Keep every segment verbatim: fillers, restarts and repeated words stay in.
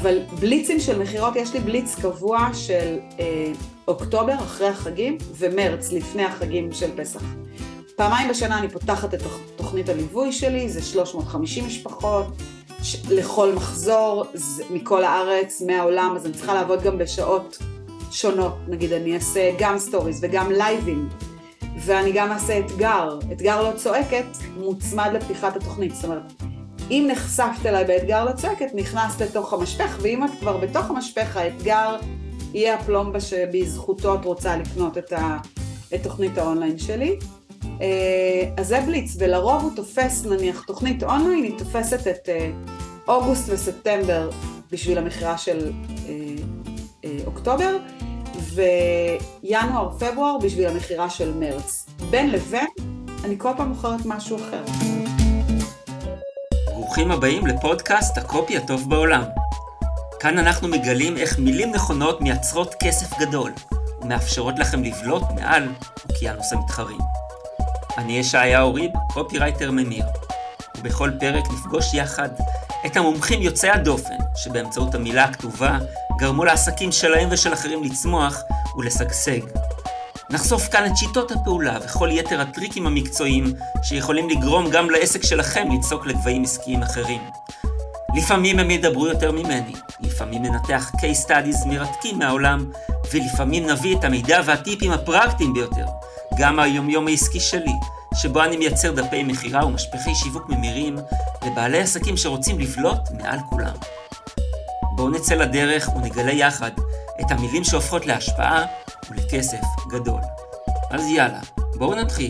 אבל בליצים של מחירות, יש לי בליץ קבוע של אה, אוקטובר אחרי החגים, ומרץ לפני החגים של פסח. פעמיים בשנה אני פותחת את תוכנית הליווי שלי, זה שלוש מאות וחמישים משפחות, ש- לכל מחזור, זה, מכל הארץ, מהעולם, אז אני צריכה לעבוד גם בשעות שונות, נגיד אני אעשה גם סטוריז וגם לייבים, ואני גם אעשה אתגר, אתגר לא צועקת, מוצמד לפתיחת התוכנית, זאת אומרת, אם נחשפת אליי באתגר לא צועקת, נכנסת לתוך המשפך, ואם את כבר בתוך המשפך, האתגר יהיה הפלומבה שבזכותו את רוצה לקנות את, ה, את תוכנית האונליין שלי. אז זה בליץ, ולרוב הוא תופס, נניח, תוכנית אונליין, היא תופסת את אוגוסט וספטמבר בשביל המחירה של אוקטובר, וינואר, פברואר בשביל המחירה של מרץ. בין לבין, אני כל פעם מוכרת משהו אחר. ברוכים הבאים לפודקאסט הקופי הטוב בעולם. כאן אנחנו מגלים איך מילים נכונות מייצרות כסף גדול, ומאפשרות לכם לבלוט מעל אוקיינוס המתחרים. אני ישעיהו ריב, קופירייטר ממיר, ובכל פרק נפגוש יחד את המומחים יוצאי הדופן, שבאמצעות המילה הכתובה גרמו לעסקים שלהם ושל אחרים לצמוח ולשגשג. נחשוף כאן את שיטות הפעולה וכל יתר הטריקים המקצועיים שיכולים לגרום גם לעסק שלכם לצוק לגבהים עסקיים אחרים. לפעמים הם ידברו יותר ממני, לפעמים ננתח case studies מרתקים מהעולם, ולפעמים נביא את המידע והטיפים הפרקטיים ביותר, גם היומיום העסקי שלי, שבו אני מייצר דפי מחירה ומשפחי שיווק ממירים לבעלי עסקים שרוצים לבלוט מעל כולם. בואו נצא לדרך ונגלה יחד את המילים שהופכות להשפעה ולכסף גדול. אז יאללה, בואו נתחיל.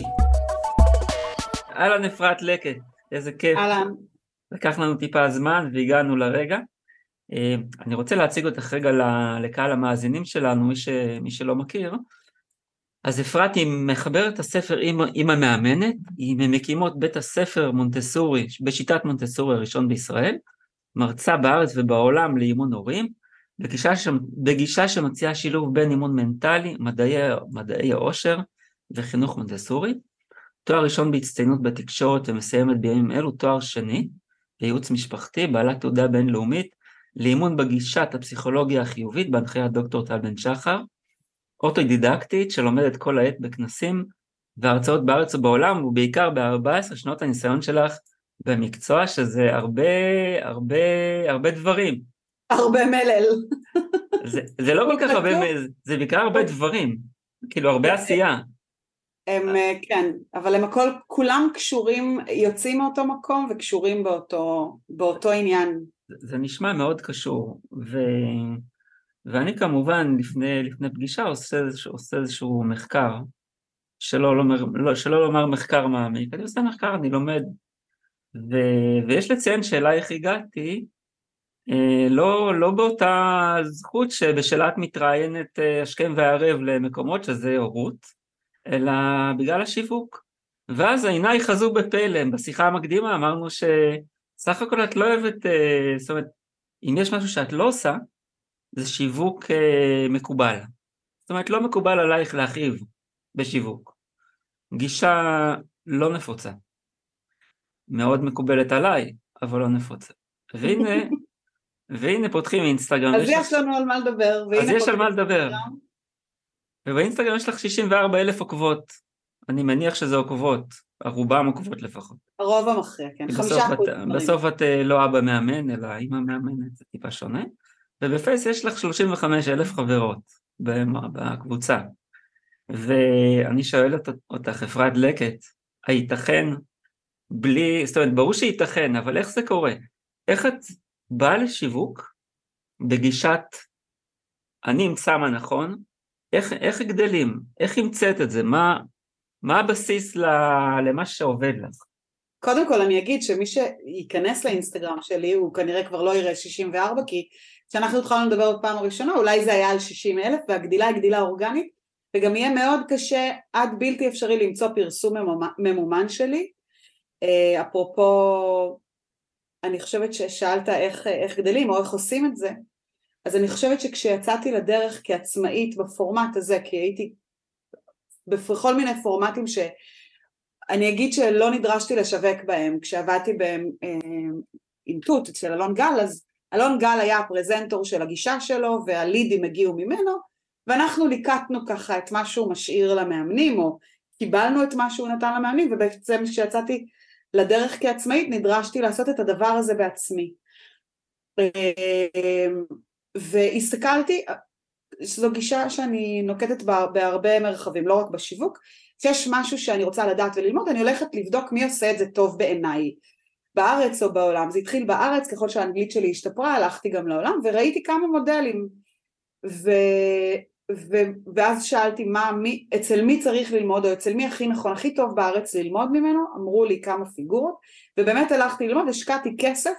אהלן אפרת לקט, איזה כיף. אהלן. לקח לנו טיפה זמן והגענו לרגע. אני רוצה להציג אותך רגע לקהל המאזינים שלנו, מי, ש... מי שלא מכיר. אז אפרת היא מחברת הספר עם, עם המאמנת, היא מקימות בית הספר מונטסורי, בשיטת מונטסורי הראשון בישראל, מרצה בארץ ובעולם לאימון הורים, בגישה, ש... בגישה שמציעה שילוב בין אימון מנטלי, מדעי, מדעי העושר וחינוך מונטסורי, תואר ראשון בהצטיינות בתקשורת ומסיימת בימים אלו תואר שני, לייעוץ משפחתי, בעלת תעודה בינלאומית, לאימון בגישת הפסיכולוגיה החיובית, בהנחיית דוקטור טל בן שחר, אוטודידקטית שלומדת כל העת בכנסים והרצאות בארץ ובעולם, ובעיקר ב-ארבע עשרה שנות הניסיון שלך במקצוע, שזה הרבה, הרבה, הרבה דברים. הרבה מלל. זה, זה לא כל כך הרבה, זה בעיקר הרבה דברים, כאילו הרבה עשייה. הם, כן, אבל הם הכל, כולם קשורים, יוצאים מאותו מקום וקשורים באותו, באותו עניין. זה, זה נשמע מאוד קשור, ו... ואני כמובן לפני, לפני פגישה עושה, עושה איזשהו מחקר, שלא לומר, שלא לומר מחקר מעמיק, אני עושה מחקר, אני לומד, ו, ויש לציין שאלייך הגעתי, לא, לא באותה זכות שבשלה את מתראיינת השכם והערב למקומות שזה הורות, אלא בגלל השיווק. ואז העיניי חזו בפלם, בשיחה המקדימה אמרנו שסך הכל את לא אוהבת, זאת אומרת, אם יש משהו שאת לא עושה, זה שיווק אה, מקובל. זאת אומרת, לא מקובל עלייך להרחיב בשיווק. גישה לא נפוצה. מאוד מקובלת עליי, אבל לא נפוצה. והנה, והנה פותחים אינסטגרם. אז יש לנו על מה לדבר. אז יש על מה לדבר. ובאינסטגרם יש לך שישים וארבע אלף עוקבות. אני מניח שזה עוקבות. הרובם עוקבות לפחות. הרוב המכריע, כן. חמישה אחוז. בסוף את לא אבא מאמן, אלא אמא מאמנת, זה טיפה שונה. ובפייס יש לך שלושים וחמש אלף חברות בקבוצה, ואני שואל אותך, אפרת לקט, הייתכן בלי, זאת אומרת, ברור שייתכן, אבל איך זה קורה? איך את באה לשיווק בגישת, אני אמצא מה נכון, איך, איך גדלים, איך המצאת את זה, מה, מה הבסיס למה שעובד לך? קודם כל אני אגיד שמי שייכנס לאינסטגרם שלי, הוא כנראה כבר לא יראה שישים וארבע, כי כשאנחנו התחלנו לדבר בפעם הראשונה, אולי זה היה על שישים אלף, והגדילה היא גדילה אורגנית, וגם יהיה מאוד קשה, עד בלתי אפשרי למצוא פרסום ממומן שלי. אפרופו, אני חושבת ששאלת איך, איך גדלים, או איך עושים את זה, אז אני חושבת שכשיצאתי לדרך כעצמאית בפורמט הזה, כי הייתי בכל מיני פורמטים ש... אני אגיד שלא נדרשתי לשווק בהם, כשעבדתי בהם עם תות אצל אלון גל, אז אלון גל היה הפרזנטור של הגישה שלו, והלידים הגיעו ממנו, ואנחנו ליקטנו ככה את מה שהוא משאיר למאמנים, או קיבלנו את מה שהוא נתן למאמנים, ובעצם כשיצאתי לדרך כעצמאית, נדרשתי לעשות את הדבר הזה בעצמי. והסתכלתי, זו גישה שאני נוקטת בהרבה מרחבים, לא רק בשיווק, שיש משהו שאני רוצה לדעת וללמוד, אני הולכת לבדוק מי עושה את זה טוב בעיניי, בארץ או בעולם. זה התחיל בארץ, ככל שהאנגלית שלי השתפרה, הלכתי גם לעולם, וראיתי כמה מודלים, ו... ו... ואז שאלתי מה, מי, אצל מי צריך ללמוד, או אצל מי הכי נכון, הכי טוב בארץ ללמוד ממנו, אמרו לי כמה פיגורות, ובאמת הלכתי ללמוד, השקעתי כסף,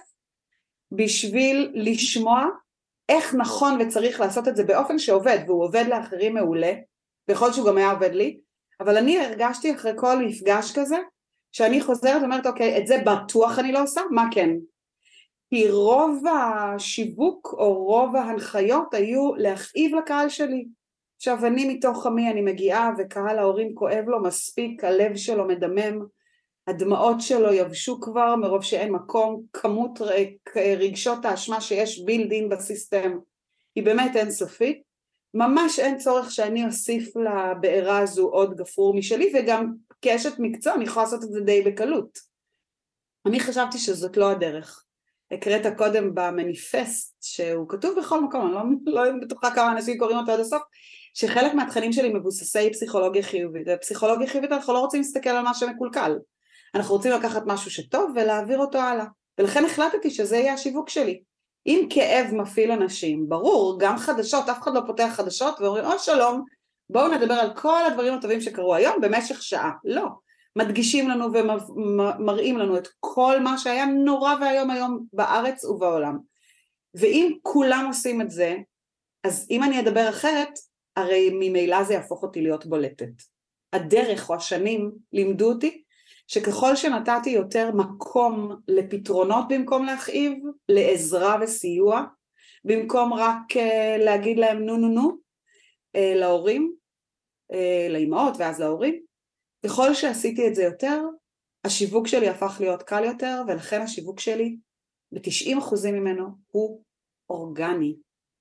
בשביל לשמוע איך נכון וצריך לעשות את זה באופן שעובד, והוא עובד לאחרים מעולה, בכל שהוא גם היה עובד לי, אבל אני הרגשתי אחרי כל מפגש כזה, שאני חוזרת ואומרת, אוקיי, את זה בטוח אני לא עושה, מה כן? כי רוב השיווק או רוב ההנחיות היו להכאיב לקהל שלי. עכשיו אני מתוך עמי אני מגיעה וקהל ההורים כואב לו מספיק, הלב שלו מדמם, הדמעות שלו יבשו כבר מרוב שאין מקום, כמות רגשות האשמה שיש בילדין בסיסטם היא באמת אינסופית, ממש אין צורך שאני אוסיף לבעירה הזו עוד גפרור משלי, וגם כאשת מקצוע אני יכולה לעשות את זה די בקלות. אני חשבתי שזאת לא הדרך. הקראת קודם במניפסט שהוא כתוב בכל מקום, אני לא, לא בטוחה כמה אנשים קוראים אותו עד הסוף, שחלק מהתכנים שלי מבוססי פסיכולוגיה חיובית, ופסיכולוגיה חיובית אנחנו לא רוצים להסתכל על מה שמקולקל, אנחנו רוצים לקחת משהו שטוב ולהעביר אותו הלאה, ולכן החלטתי שזה יהיה השיווק שלי. אם כאב מפעיל אנשים, ברור, גם חדשות, אף אחד לא פותח חדשות ואומרים, או שלום, בואו נדבר על כל הדברים הטובים שקרו היום במשך שעה. לא, מדגישים לנו ומראים לנו את כל מה שהיה נורא והיום היום בארץ ובעולם. ואם כולם עושים את זה, אז אם אני אדבר אחרת, הרי ממילא זה יהפוך אותי להיות בולטת. הדרך או השנים לימדו אותי, שככל שנתתי יותר מקום לפתרונות במקום להכאיב, לעזרה וסיוע, במקום רק להגיד להם נו נו נו, להורים, לאמהות ואז להורים, ככל שעשיתי את זה יותר, השיווק שלי הפך להיות קל יותר, ולכן השיווק שלי, ב-תשעים אחוז ממנו, הוא אורגני,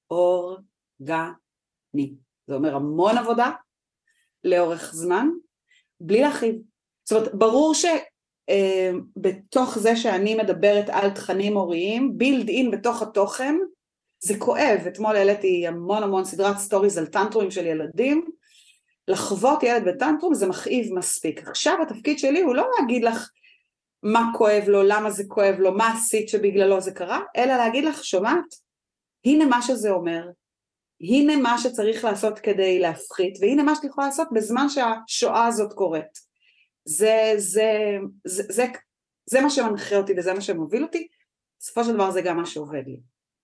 אורגני. זה אומר המון עבודה, לאורך זמן, בלי להכאיב. זאת אומרת, ברור שבתוך זה שאני מדברת על תכנים הוריים, בילד אין בתוך התוכן, זה כואב. אתמול העליתי המון המון סדרת סטוריז על טנטרומים של ילדים, לחוות ילד בטנטרום זה מכאיב מספיק. עכשיו התפקיד שלי הוא לא להגיד לך מה כואב לו, למה זה כואב לו, מה עשית שבגללו זה קרה, אלא להגיד לך, שומעת, הנה מה שזה אומר, הנה מה שצריך לעשות כדי להפחית, והנה מה שאת יכולה לעשות בזמן שהשואה הזאת קורית. זה, זה, זה, זה, זה מה שמנחה אותי וזה מה שמוביל אותי, בסופו של דבר זה גם מה שעובד לי.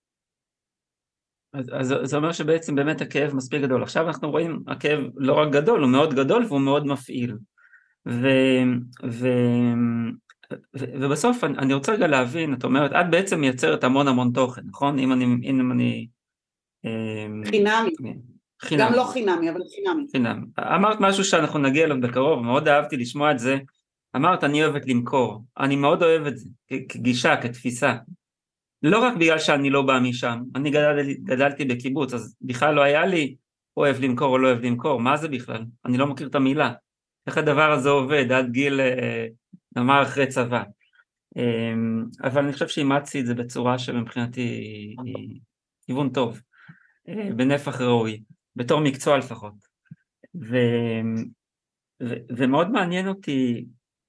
אז, אז זה אומר שבעצם באמת הכאב מספיק גדול. עכשיו אנחנו רואים, הכאב לא רק גדול, הוא מאוד גדול והוא מאוד מפעיל. ו, ו, ו, ובסוף אני, אני רוצה רגע להבין, את אומרת, את בעצם מייצרת המון המון תוכן, נכון? אם אני... אם אני חינמי. חינמי. גם לא חינמי, אבל חינמי. חינמי. אמרת משהו שאנחנו נגיע אליו בקרוב, מאוד אהבתי לשמוע את זה. אמרת, אני אוהבת למכור. אני מאוד אוהב את זה, כגישה, כתפיסה. לא רק בגלל שאני לא בא משם, אני גדל, גדלתי בקיבוץ, אז בכלל לא היה לי אוהב למכור או לא אוהב למכור, מה זה בכלל? אני לא מכיר את המילה. איך הדבר הזה עובד עד גיל, נאמר אחרי צבא. אבל אני חושב שאימצתי את זה בצורה שמבחינתי היא כיוון טוב, בנפח ראוי, בתור מקצוע לפחות. ו, ו, ומאוד מעניין אותי,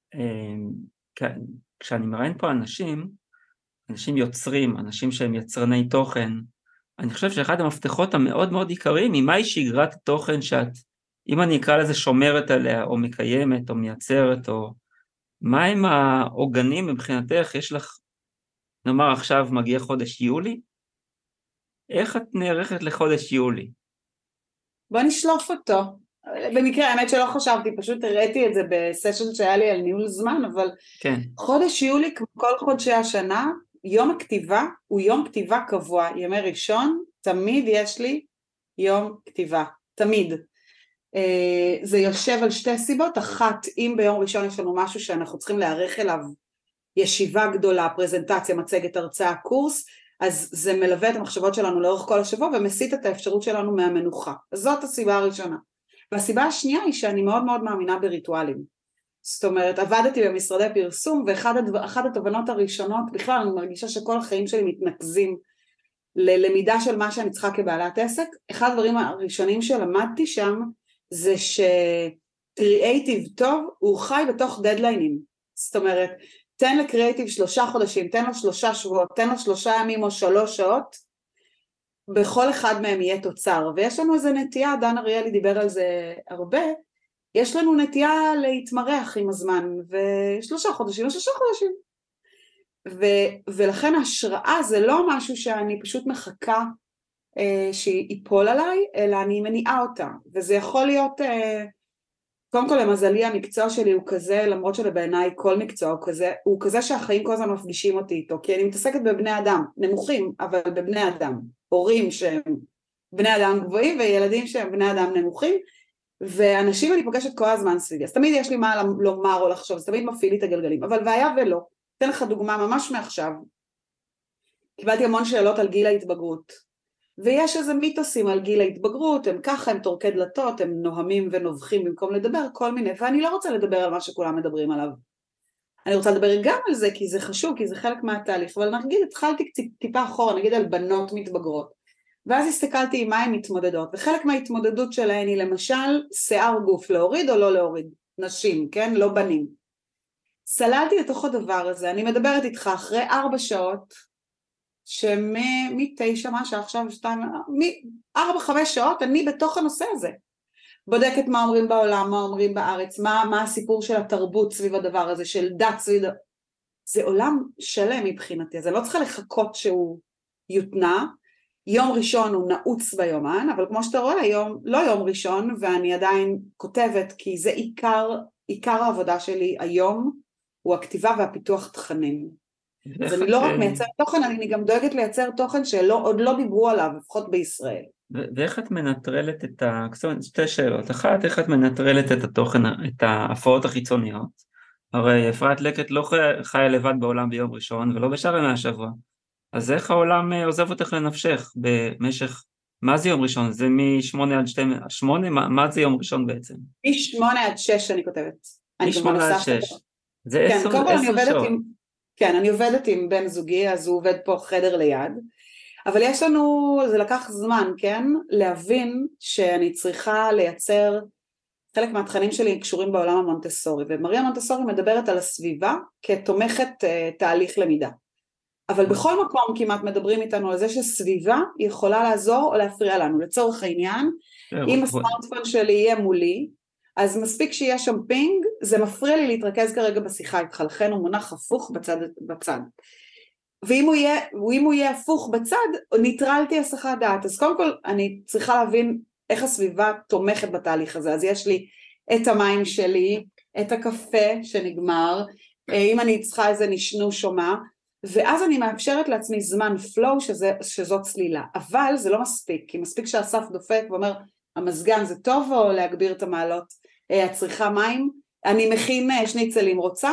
כשאני מראיין פה אנשים, אנשים יוצרים, אנשים שהם יצרני תוכן, אני חושב שאחד המפתחות המאוד מאוד עיקריים, היא מהי שגרת תוכן שאת, אם אני אקרא לזה שומרת עליה, או מקיימת, או מייצרת, או מה הם העוגנים מבחינתך, יש לך, נאמר עכשיו מגיע חודש יולי, איך את נערכת לחודש יולי? בוא נשלוף אותו. במקרה, האמת שלא חשבתי, פשוט הראיתי את זה בסשן שהיה לי על ניהול זמן, אבל כן. חודש יולי, כמו כל חודשי השנה, יום הכתיבה הוא יום כתיבה קבוע, ימי ראשון, תמיד יש לי יום כתיבה, תמיד. זה יושב על שתי סיבות, אחת, אם ביום ראשון יש לנו משהו שאנחנו צריכים להערך אליו, ישיבה גדולה, פרזנטציה, מצגת, הרצאה, קורס, אז זה מלווה את המחשבות שלנו לאורך כל השבוע, ומסיט את האפשרות שלנו מהמנוחה. אז זאת הסיבה הראשונה. והסיבה השנייה היא שאני מאוד מאוד מאמינה בריטואלים. זאת אומרת, עבדתי במשרדי פרסום, ואחת התובנות הראשונות, בכלל אני מרגישה שכל החיים שלי מתנקזים ללמידה של מה שאני צריכה כבעלת עסק. אחד הדברים הראשונים שלמדתי שם, זה שקריאייטיב טוב, הוא חי בתוך דדליינים. זאת אומרת, תן לקריאייטיב שלושה חודשים, תן לו שלושה שבועות, תן לו שלושה ימים או שלוש שעות, בכל אחד מהם יהיה תוצר. ויש לנו איזה נטייה, דן אריאלי דיבר על זה הרבה, יש לנו נטייה להתמרח עם הזמן, ושלושה חודשים, ושלושה חודשים. ו- ולכן ההשראה זה לא משהו שאני פשוט מחכה אה, שיפול עליי, אלא אני מניעה אותה. וזה יכול להיות, אה, קודם כל למזלי המקצוע שלי הוא כזה, למרות שלבעיניי כל מקצוע הוא כזה, הוא כזה שהחיים כל הזמן מפגישים אותי איתו, כי אני מתעסקת בבני אדם, נמוכים, אבל בבני אדם, הורים שהם בני אדם גבוהים, וילדים שהם בני אדם נמוכים, ואנשים אני פוגשת כל הזמן סביבי, אז תמיד יש לי מה לומר או לחשוב, זה תמיד מפעיל לי את הגלגלים, אבל והיה ולא, אתן לך דוגמה ממש מעכשיו, קיבלתי המון שאלות על גיל ההתבגרות, ויש איזה מיתוסים על גיל ההתבגרות, הם ככה, הם תורקי דלתות, הם נוהמים ונובחים במקום לדבר, כל מיני, ואני לא רוצה לדבר על מה שכולם מדברים עליו, אני רוצה לדבר גם על זה, כי זה חשוב, כי זה חלק מהתהליך, אבל נגיד, התחלתי טיפה אחורה, נגיד על בנות מתבגרות, ואז הסתכלתי עם מה הן מתמודדות, וחלק מההתמודדות שלהן היא למשל שיער גוף, להוריד או לא להוריד, נשים, כן? לא בנים. סללתי לתוך הדבר הזה, אני מדברת איתך אחרי ארבע שעות, שמתשע מה שעכשיו שתיים, מארבע חמש שעות אני בתוך הנושא הזה. בודקת מה אומרים בעולם, מה אומרים בארץ, מה, מה הסיפור של התרבות סביב הדבר הזה, של דת סביב, זה עולם שלם מבחינתי, אז אני לא צריכה לחכות שהוא יותנה, יום ראשון הוא נעוץ ביומן, אבל כמו שאתה רואה היום, לא יום ראשון, ואני עדיין כותבת, כי זה עיקר, עיקר העבודה שלי היום, הוא הכתיבה והפיתוח תכנים. אז אני לא רק מייצר תוכן, אני גם דואגת לייצר תוכן שעוד לא דיברו עליו, לפחות בישראל. ואיך את מנטרלת את ה... שתי שאלות. אחת, איך את מנטרלת את התוכן, את ההפרעות החיצוניות? הרי אפרת לקט לא חיה לבד בעולם ביום ראשון, ולא בשאר ימי השבוע. אז איך העולם עוזב אותך לנפשך במשך, מה זה יום ראשון? זה משמונה עד שתיים, שמונה? מה, מה זה יום ראשון בעצם? משמונה עד שש אני כותבת. משמונה עד שש. זה עשר, כן, עשר שעות. עם, כן, אני עובדת עם בן זוגי, אז הוא עובד פה חדר ליד, אבל יש לנו, זה לקח זמן, כן, להבין שאני צריכה לייצר, חלק מהתכנים שלי קשורים בעולם המונטסורי, ומריה מונטסורי מדברת על הסביבה כתומכת uh, תהליך למידה. אבל בכל מקום כמעט מדברים איתנו על זה שסביבה יכולה לעזור או להפריע לנו. לצורך העניין, אם הסמארטפון שלי יהיה מולי, אז מספיק שיהיה שם פינג, זה מפריע לי להתרכז כרגע בשיחה איתך, לכן הוא מונח הפוך בצד, בצד. ואם הוא יהיה, ואם הוא יהיה הפוך בצד, ניטרלתי הסחת דעת. אז קודם כל אני צריכה להבין איך הסביבה תומכת בתהליך הזה. אז יש לי את המים שלי, את הקפה שנגמר, אם אני צריכה איזה נשנוש או מה, ואז אני מאפשרת לעצמי זמן פלואו שזה, שזאת צלילה, אבל זה לא מספיק, כי מספיק שהסף דופק ואומר, המזגן זה טוב או להגביר את המעלות, הצריכה מים, אני מכין שניצלים רוצה,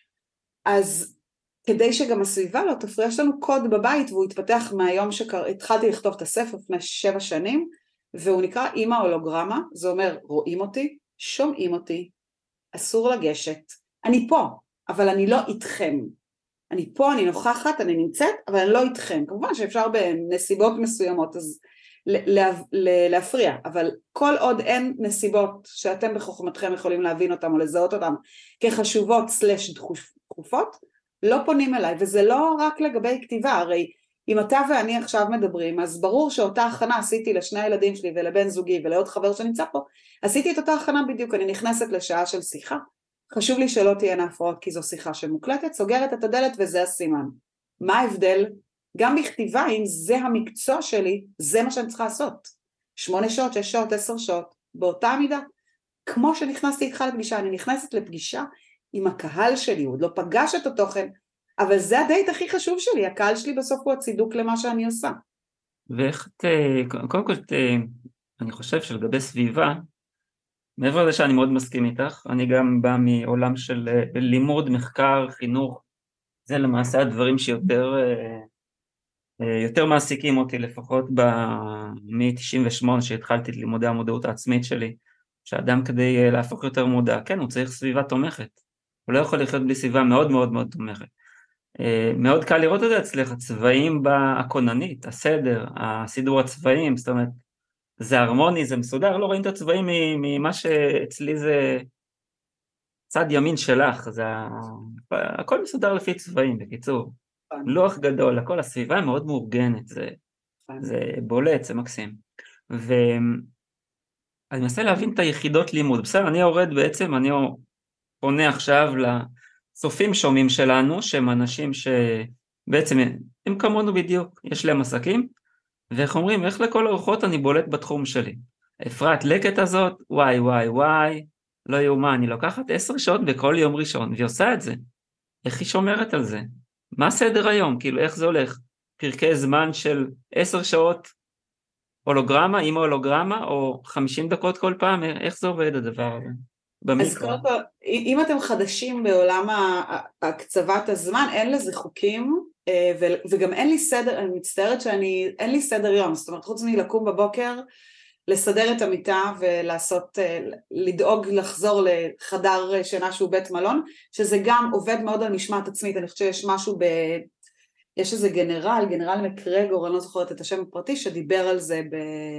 אז כדי שגם הסביבה לא תפריע, יש לנו קוד בבית, והוא התפתח מהיום שהתחלתי לכתוב את הספר לפני שבע שנים, והוא נקרא אמא הולוגרמה, זה אומר רואים אותי, שומעים אותי, אסור לגשת, אני פה, אבל אני לא איתכם, אני פה, אני נוכחת, אני נמצאת, אבל אני לא איתכם. כמובן שאפשר בנסיבות מסוימות אז לה, לה, להפריע, אבל כל עוד אין נסיבות שאתם בחוכמתכם יכולים להבין אותם או לזהות אותם כחשובות סלש דחופות, לא פונים אליי, וזה לא רק לגבי כתיבה, הרי אם אתה ואני עכשיו מדברים, אז ברור שאותה הכנה עשיתי לשני הילדים שלי ולבן זוגי ולעוד חבר שנמצא פה, עשיתי את אותה הכנה בדיוק, אני נכנסת לשעה של שיחה, חשוב לי שלא תהיינה הפרעות כי זו שיחה שמוקלטת, סוגרת את הדלת וזה הסימן. מה ההבדל? גם בכתיבה, אם זה המקצוע שלי, זה מה שאני צריכה לעשות. שמונה שעות, שש שעות, עשר שעות, באותה מידה. כמו שנכנסתי איתך לפגישה, אני נכנסת לפגישה עם הקהל שלי, הוא עוד לא פגש את התוכן, אבל זה הדייט הכי חשוב שלי, הקהל שלי בסוף הוא הצידוק למה שאני עושה. ואיך, קודם כל, אני חושב שלגבי סביבה, מעבר לזה שאני מאוד מסכים איתך, אני גם בא מעולם של לימוד, מחקר, חינוך, זה למעשה הדברים שיותר יותר מעסיקים אותי לפחות מ-תשעים ושמונה שהתחלתי את לימודי המודעות העצמית שלי, שאדם כדי להפוך יותר מודע, כן, הוא צריך סביבה תומכת, הוא לא יכול לחיות בלי סביבה מאוד מאוד מאוד תומכת. מאוד קל לראות את זה אצלך, הצבעים בהכוננית, הסדר, הסידור הצבעים, זאת אומרת, זה הרמוני, זה מסודר, לא רואים את הצבעים ממה שאצלי זה צד ימין שלך, זה הכל מסודר לפי צבעים, בקיצור. לוח גדול, הכל, הסביבה מאוד מאורגנת, זה, זה בולט, זה מקסים. ואני מנסה להבין את היחידות לימוד, בסדר, אני יורד בעצם, אני פונה עכשיו לצופים שומעים שלנו, שהם אנשים שבעצם הם כמונו בדיוק, יש להם עסקים, ואיך אומרים, איך לכל אורחות אני בולט בתחום שלי. אפרת לקט הזאת, וואי וואי וואי, לא יאומן, אני לוקחת עשר שעות בכל יום ראשון, והיא עושה את זה. איך היא שומרת על זה? מה סדר היום? כאילו, איך זה הולך? פרקי זמן של עשר שעות הולוגרמה, עם הולוגרמה, או חמישים דקות כל פעם? איך זה עובד הדבר הזה? במיקרו. אז קודם כל, אם אתם חדשים בעולם הקצבת הזמן, אין לזה חוקים, וגם אין לי סדר, אני מצטערת שאני, אין לי סדר יום, זאת אומרת, חוץ מלקום בבוקר, לסדר את המיטה ולעשות, לדאוג לחזור לחדר שינה שהוא בית מלון, שזה גם עובד מאוד על משמעת עצמית. אני חושבת שיש משהו ב... יש איזה גנרל, גנרל מקרגור, אני לא זוכרת את השם הפרטי, שדיבר על זה ב...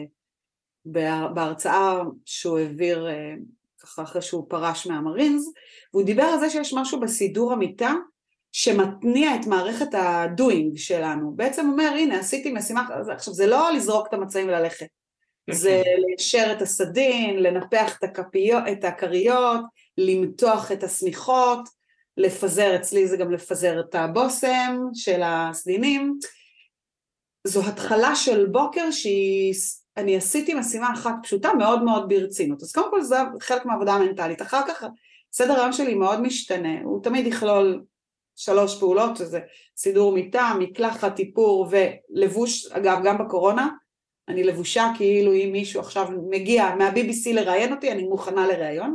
בהרצאה שהוא העביר ככה אחרי שהוא פרש מהמרינס, והוא דיבר על זה שיש משהו בסידור המיטה, שמתניע את מערכת הדוינג שלנו. בעצם אומר, הנה, עשיתי משימה, עכשיו זה לא לזרוק את המצעים וללכת, זה ליישר את הסדין, לנפח את הכפיות, את הכריות, למתוח את הסמיכות, לפזר, אצלי זה גם לפזר את הבוסם של הסדינים. זו התחלה של בוקר שאני עשיתי משימה אחת פשוטה מאוד מאוד ברצינות. אז קודם כל זה חלק מהעבודה המנטלית. אחר כך סדר היום שלי מאוד משתנה, הוא תמיד יכלול שלוש פעולות, שזה סידור מיטה, מקלחת, טיפור ולבוש. אגב, גם בקורונה, אני לבושה כאילו אם מישהו עכשיו מגיע מה-בי בי סי לראיין אותי, אני מוכנה לראיון.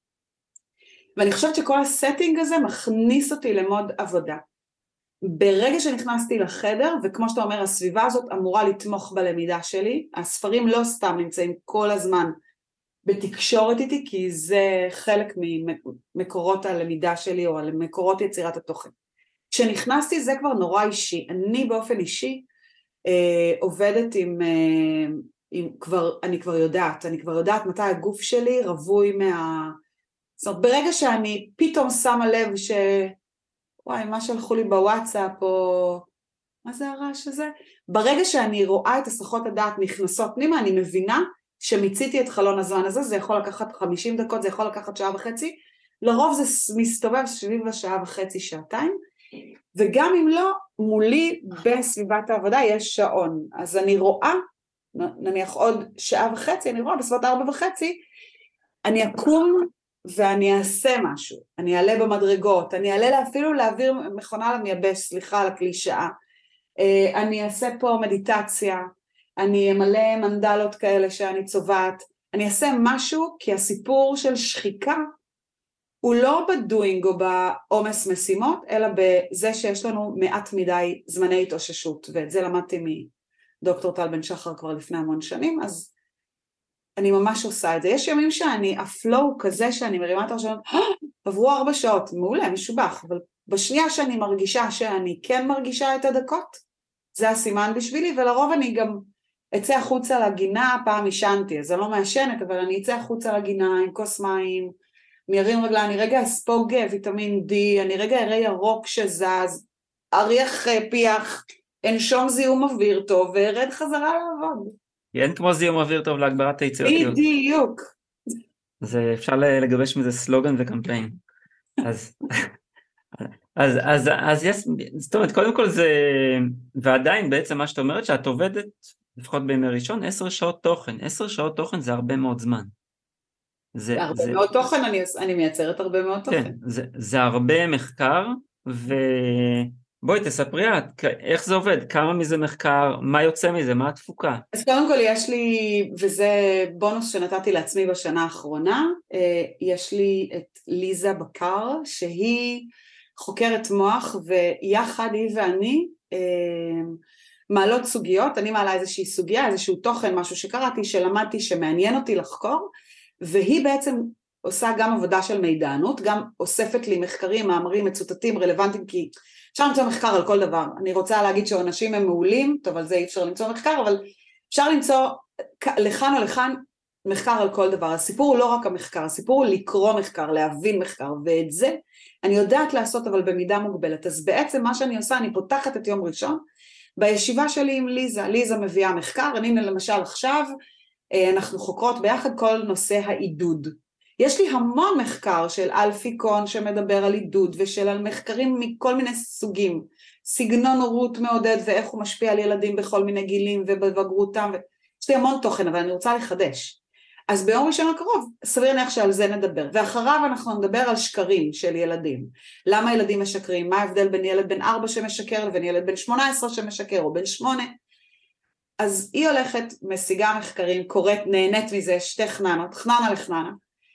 ואני חושבת שכל הסטינג הזה מכניס אותי למוד עבודה. ברגע שנכנסתי לחדר, וכמו שאתה אומר, הסביבה הזאת אמורה לתמוך בלמידה שלי, הספרים לא סתם נמצאים כל הזמן בתקשורת איתי, כי זה חלק ממקורות הלמידה שלי, או מקורות יצירת התוכן. כשנכנסתי זה כבר נורא אישי. אני באופן אישי, אה, עובדת עם, אה, עם כבר, אני כבר יודעת, אני כבר יודעת מתי הגוף שלי רווי מה... זאת אומרת, ברגע שאני פתאום שמה לב ש... וואי, מה שלחו לי בוואטסאפ, או... מה זה הרעש הזה? ברגע שאני רואה את הסחות הדעת נכנסות פנימה, אני מבינה שמיציתי את חלון הזמן הזה, זה יכול לקחת חמישים דקות, זה יכול לקחת שעה וחצי, לרוב זה מסתובב סביב השעה וחצי, שעתיים, וגם אם לא, מולי בסביבת העבודה יש שעון, אז אני רואה, נניח עוד שעה וחצי, אני רואה בסביבת ארבע וחצי, אני אקום ואני אעשה משהו, אני אעלה במדרגות, אני אעלה אפילו להעביר מכונה למייבש, סליחה על הקלישאה, אני אעשה פה מדיטציה, אני אמלא מנדלות כאלה שאני צובעת, אני אעשה משהו, כי הסיפור של שחיקה, הוא לא בדוינג או בעומס משימות, אלא בזה שיש לנו מעט מדי זמני התאוששות, ואת זה למדתי מדוקטור טל בן שחר כבר לפני המון שנים, אז אני ממש עושה את זה. יש ימים שאני, הפלואו כזה שאני מרימה את הראשון, עברו ארבע שעות, מעולה, משובח, אבל בשנייה שאני מרגישה שאני כן מרגישה את הדקות, זה הסימן בשבילי, ולרוב אני גם אצא החוצה לגינה, פעם ישנתי, אז אני לא מעשנת, אבל אני אצא החוצה לגינה עם כוס מים, אני ארים רגלה, אני רגע אספוג ויטמין די, אני רגע אראה ירוק שזז, אריח פיח, אנשום זיהום אוויר טוב, וארד חזרה לעבוד. אין כמו זיהום אוויר טוב להגברת היצירתיות. בדיוק. זה אפשר לגבש מזה סלוגן וקמפיין. אז, אז, אז, אז יש, זאת אומרת, קודם כל זה, ועדיין בעצם מה שאת אומרת, שאת עובדת, לפחות בימי ראשון, עשר שעות תוכן. עשר שעות תוכן זה הרבה מאוד זמן. זה, הרבה זה, מאוד תוכן, אני, אני מייצרת הרבה מאוד תוכן. כן, זה, זה הרבה מחקר, ובואי תספרי את, איך זה עובד, כמה מזה מחקר, מה יוצא מזה, מה התפוקה? אז קודם כל יש לי, וזה בונוס שנתתי לעצמי בשנה האחרונה, יש לי את ליזה בקר, שהיא חוקרת מוח, ויחד היא ואני מעלות סוגיות, אני מעלה איזושהי סוגיה, איזשהו תוכן, משהו שקראתי, שלמדתי, שמעניין אותי לחקור, והיא בעצם עושה גם עבודה של מידענות, גם אוספת לי מחקרים, מאמרים, מצוטטים, רלוונטיים, כי אפשר למצוא מחקר על כל דבר. אני רוצה להגיד שאנשים הם מעולים, טוב, על זה אי אפשר למצוא מחקר, אבל אפשר למצוא לכאן או לכאן מחקר על כל דבר. הסיפור הוא לא רק המחקר, הסיפור הוא לקרוא מחקר, להבין מחקר, ואת זה אני יודעת לעשות, אבל במידה מוגבלת. אז בעצם מה שאני עושה, אני פותחת את יום ראשון, בישיבה שלי עם ליזה, ליזה מביאה מחקר, אני למשל עכשיו, אנחנו חוקרות ביחד כל נושא העידוד. יש לי המון מחקר של אלפיקון שמדבר על עידוד, ושל על מחקרים מכל מיני סוגים, סגנון הורות מעודד, ואיך הוא משפיע על ילדים בכל מיני גילים ובבגרותם, ו... יש לי המון תוכן, אבל אני רוצה לחדש. אז ביום ראשון הקרוב, סביר להניח שעל זה נדבר, ואחריו אנחנו נדבר על שקרים של ילדים. למה ילדים משקרים? מה ההבדל בין ילד בן ארבע שמשקר לבין ילד בן שמונה עשרה שמשקר, או בן שמונה? אז היא הולכת, משיגה מחקרים, קוראת, נהנית מזה, שתי חננות, חננה לחננה,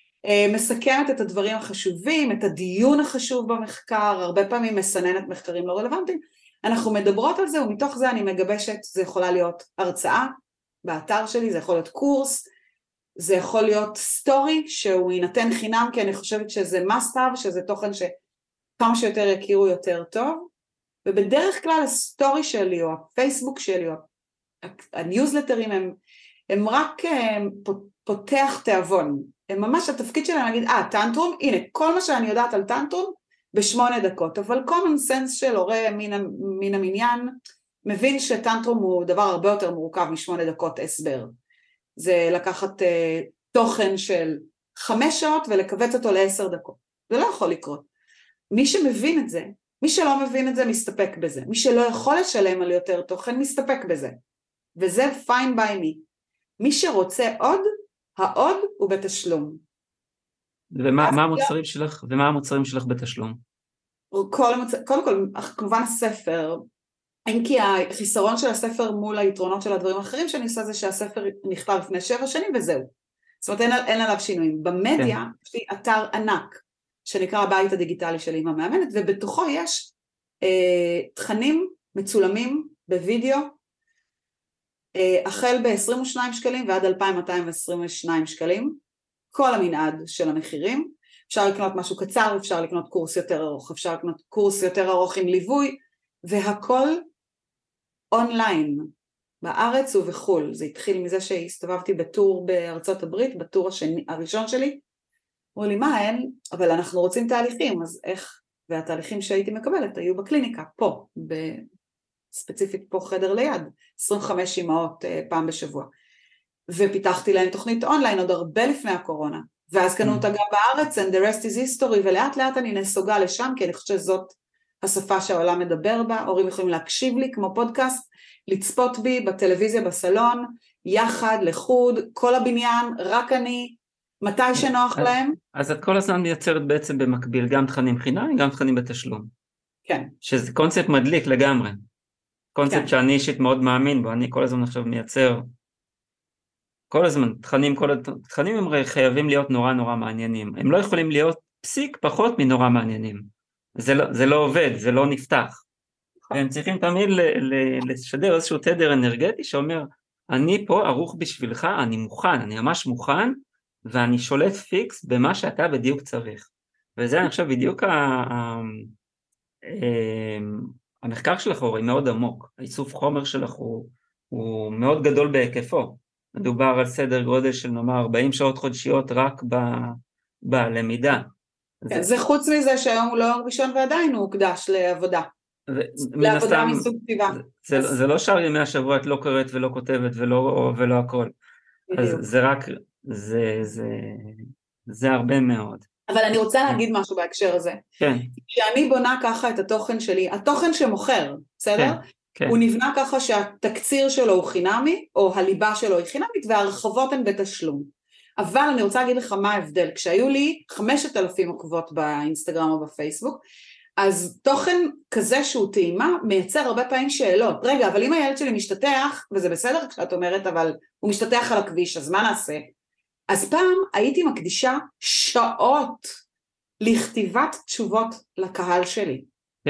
מסכמת את הדברים החשובים, את הדיון החשוב במחקר, הרבה פעמים מסננת מחקרים לא רלוונטיים, אנחנו מדברות על זה, ומתוך זה אני מגבשת, זה יכולה להיות הרצאה באתר שלי, זה יכול להיות קורס, זה יכול להיות סטורי, שהוא ייתן חינם, כי אני חושבת שזה must have, שזה תוכן שכמה שיותר יכירו יותר טוב, ובדרך כלל הסטורי שלי, או הפייסבוק שלי, או הניוזלטרים, הם, הם רק הם פותח תיאבון, הם ממש התפקיד שלהם להגיד, אה, טנטרום, הנה, כל מה שאני יודעת על טנטרום, בשמונה דקות, אבל common sense של הורה מן, מן המניין, מבין שטנטרום הוא דבר הרבה יותר מורכב משמונה דקות הסבר. זה לקחת uh, תוכן של חמש שעות ולקבץ אותו לעשר דקות. זה לא יכול לקרות. מי שמבין את זה, מי שלא מבין את זה, מסתפק בזה. מי שלא יכול לשלם על יותר תוכן, מסתפק בזה. וזה fine by me. מי שרוצה עוד, העוד הוא בתשלום. ומה מה המוצרים שלך, ומה המוצרים שלך בתשלום? כל המצ... קודם כל, כמובן הספר, אם כי החיסרון של הספר מול היתרונות של הדברים האחרים שאני עושה זה שהספר נכתב לפני שבע שנים וזהו. זאת אומרת, אין, אין עליו שינויים. במדיה יש לי אתר ענק שנקרא הבית הדיגיטלי של אמא מאמנת, ובתוכו יש אה, תכנים מצולמים בווידאו, אה, החל ב-עשרים ושניים שקלים ועד אלפיים מאתיים ועשרים ושניים שקלים, כל המנעד של המחירים. אפשר לקנות משהו קצר, אפשר לקנות קורס יותר ארוך, אפשר לקנות קורס יותר ארוך עם ליווי, והכל אונליין, בארץ ובחול. זה התחיל מזה שהסתובבתי בטור בארצות הברית, בטור השני, הראשון שלי, אמרו לי, מה אין? אבל אנחנו רוצים תהליכים, אז איך? והתהליכים שהייתי מקבלת היו בקליניקה, פה, ספציפית פה חדר ליד, עשרים וחמש אמהות פעם בשבוע. ופיתחתי להם תוכנית אונליין עוד הרבה לפני הקורונה, ואז קנו אותה גם בארץ, and the rest is history, ולאט לאט אני נסוגה לשם, כי אני חושבת שזאת השפה שהעולם מדבר בה, הורים יכולים להקשיב לי כמו פודקאסט, לצפות בי בטלוויזיה בסלון, יחד, לחוד, כל הבניין, רק אני, מתי שנוח להם. אז את כל הזמן מייצרת בעצם במקביל גם תכנים חינם, גם תכנים בתשלום. כן. שזה קונספט מדליק לגמרי. קונספט כן. שאני אישית מאוד מאמין בו, אני כל הזמן עכשיו מייצר, כל הזמן, תכנים, כל התכנים הם חייבים להיות נורא נורא מעניינים, הם לא יכולים להיות פסיק פחות מנורא מעניינים, זה לא, זה לא עובד, זה לא נפתח, והם צריכים תמיד לשדר איזשהו תדר אנרגטי שאומר, אני פה ערוך בשבילך, אני מוכן, אני ממש מוכן, ואני שולט פיקס במה שאתה בדיוק צריך, וזה אני חושב בדיוק ה... המחקר שלך הוא מאוד עמוק, האיסוף חומר שלך הוא, הוא מאוד גדול בהיקפו, מדובר על סדר גודל של נאמר ארבעים שעות חודשיות רק ב, בלמידה. כן, זה... זה חוץ מזה שהיום הוא לא יום ראשון ועדיין הוא הוקדש לעבודה, ו... לעבודה הסתם, מסוג כתיבה. זה, זה, זה לא שאר ימי השבוע את לא קוראת ולא כותבת ולא, ולא הכל, אז זה רק, זה, זה, זה הרבה מאוד. אבל אני רוצה להגיד משהו בהקשר הזה. כן. כשאני בונה ככה את התוכן שלי, התוכן שמוכר, בסדר? כן, כן. הוא נבנה ככה שהתקציר שלו הוא חינמי, או הליבה שלו היא חינמית, והרחבות הן בתשלום. אבל אני רוצה להגיד לך מה ההבדל. כשהיו לי חמשת אלפים עוקבות באינסטגרם או בפייסבוק, אז תוכן כזה שהוא טעימה, מייצר הרבה פעמים שאלות. רגע, אבל אם הילד שלי משתתח, וזה בסדר כשאת אומרת, אבל הוא משתתח על הכביש, אז מה נעשה? אז פעם הייתי מקדישה שעות לכתיבת תשובות לקהל שלי. כן.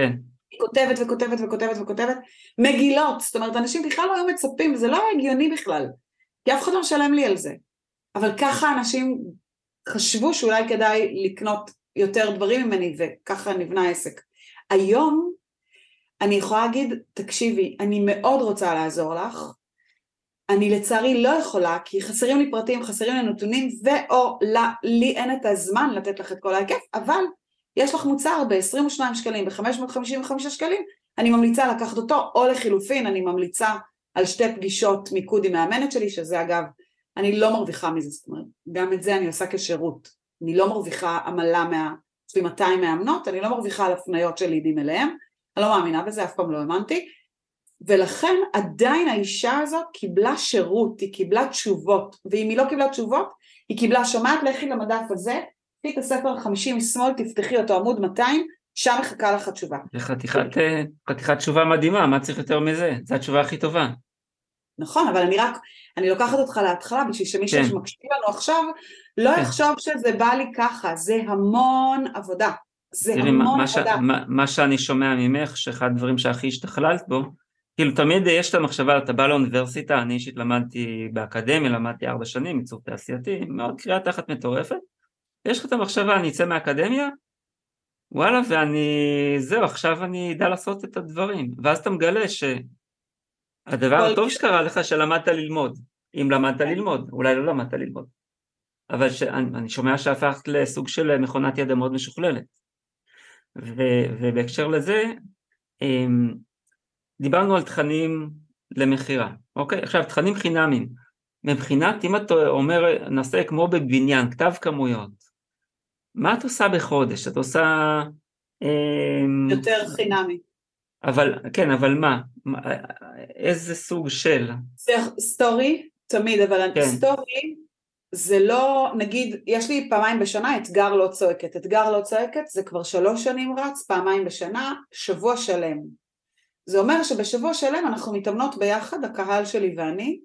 היא כותבת וכותבת וכותבת וכותבת, מגילות, זאת אומרת, אנשים בכלל לא היו מצפים, וזה לא הגיוני בכלל, כי אף אחד לא משלם לי על זה. אבל ככה אנשים חשבו שאולי כדאי לקנות יותר דברים ממני, וככה נבנה העסק. היום, אני יכולה להגיד, תקשיבי, אני מאוד רוצה לעזור לך, אני לצערי לא יכולה, כי חסרים לי פרטים, חסרים לי נתונים, ואו לה, לי אין את הזמן לתת לך את כל ההיקף, אבל יש לך מוצר ב-עשרים ושניים שקלים, ב-חמש מאות חמישים וחמישה שקלים, אני ממליצה לקחת אותו, או לחילופין, אני ממליצה על שתי פגישות מיקוד עם מאמנת שלי, שזה אגב, אני לא מרוויחה מזה, זאת אומרת, גם את זה אני עושה כשירות, אני לא מרוויחה עמלה מה, יש לי מאתיים מאמנות, אני לא מרוויחה על הפניות של לידים אליהם, אני לא מאמינה בזה, אף פעם לא האמנתי, ולכן עדיין האישה הזאת קיבלה שירות, היא קיבלה תשובות, ואם היא לא קיבלה תשובות, היא קיבלה, שומעת לכי למדף הזה, תפתחי את הספר חמישים משמאל, תפתחי אותו עמוד מאתיים, שם מחכה לך התשובה. זה חתיכת, חתיכת תשובה מדהימה, מה צריך יותר מזה? זו התשובה הכי טובה. נכון, אבל אני רק, אני לוקחת אותך להתחלה, בשביל שמי כן. שמקשיב לנו עכשיו, לא כן. יחשוב שזה בא לי ככה, זה המון עבודה, זה תראי, המון מה, עבודה. מה, מה שאני שומע ממך, שאחד הדברים שהכי השתכללת בו, כאילו תמיד יש את המחשבה, אתה בא לאוניברסיטה, אני אישית למדתי באקדמיה, למדתי ארבע שנים, עיצוב תעשייתי, מאוד קריאה תחת מטורפת, יש לך את המחשבה, אני אצא מהאקדמיה, וואלה, ואני, זהו, עכשיו אני אדע לעשות את הדברים, ואז אתה מגלה שהדבר כל... הטוב שקרה לך שלמדת ללמוד, אם למדת ללמוד, אולי לא למדת ללמוד, אבל ש... אני, אני שומע שהפכת לסוג של מכונת יד מאוד משוכללת, ו... ובהקשר לזה, דיברנו על תכנים למחירה, אוקיי? עכשיו, תכנים חינמים, מבחינת, אם אתה אומר, נעשה כמו בבניין, כתב כמויות, מה את עושה בחודש? את עושה... יותר חינמי. אבל, כן, אבל מה? איזה סוג של? זה סטורי, תמיד, אבל כן. סטורי, זה לא, נגיד, יש לי פעמיים בשנה, אתגר לא צועקת. אתגר לא צועקת, זה כבר שלוש שנים רץ, פעמיים בשנה, שבוע שלם. זה אומר שבשבוע שלם אנחנו מתאמנות ביחד, הקהל שלי ואני,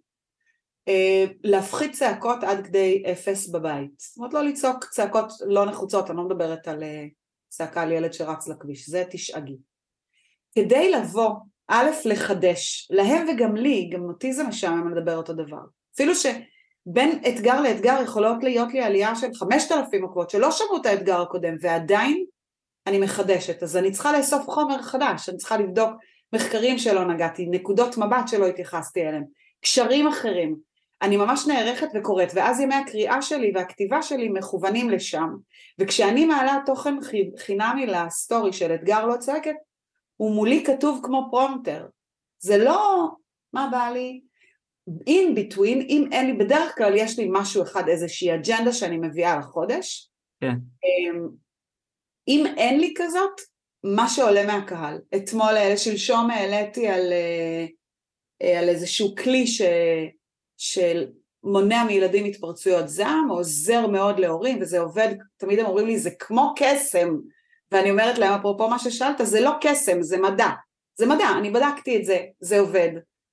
להפחית צעקות עד כדי אפס בבית. זאת אומרת, לא לצעוק צעקות לא נחוצות, אני לא מדברת על צעקה על ילד שרץ לכביש, זה תשאגי. כדי לבוא, א', לחדש, להם וגם לי, גם אותי זה משעמם לדבר אותו דבר. אפילו שבין אתגר לאתגר יכולות להיות לי עלייה של חמשת אלפים עוקבות, שלא שמעו את האתגר הקודם, ועדיין אני מחדשת. אז אני צריכה לאסוף חומר חדש, אני צריכה לבדוק מחקרים שלא נגעתי, נקודות מבט שלא התייחסתי אליהם, קשרים אחרים. אני ממש נערכת וקוראת, ואז ימי הקריאה שלי והכתיבה שלי מכוונים לשם. וכשאני מעלה תוכן חינמי לסטורי של אתגר לא צועקת, הוא מולי כתוב כמו פרומטר. זה לא, מה בא לי? in between, אם אין לי, בדרך כלל יש לי משהו אחד, איזושהי אג'נדה שאני מביאה לחודש. כן. אם אין לי כזאת, מה שעולה מהקהל. אתמול, שלשום העליתי על, על איזשהו כלי ש, של מונע מילדים התפרצויות זעם, או עוזר מאוד להורים, וזה עובד, תמיד הם אומרים לי, זה כמו קסם, ואני אומרת להם, אפרופו מה ששאלת, זה לא קסם, זה מדע. זה מדע, אני בדקתי את זה, זה עובד.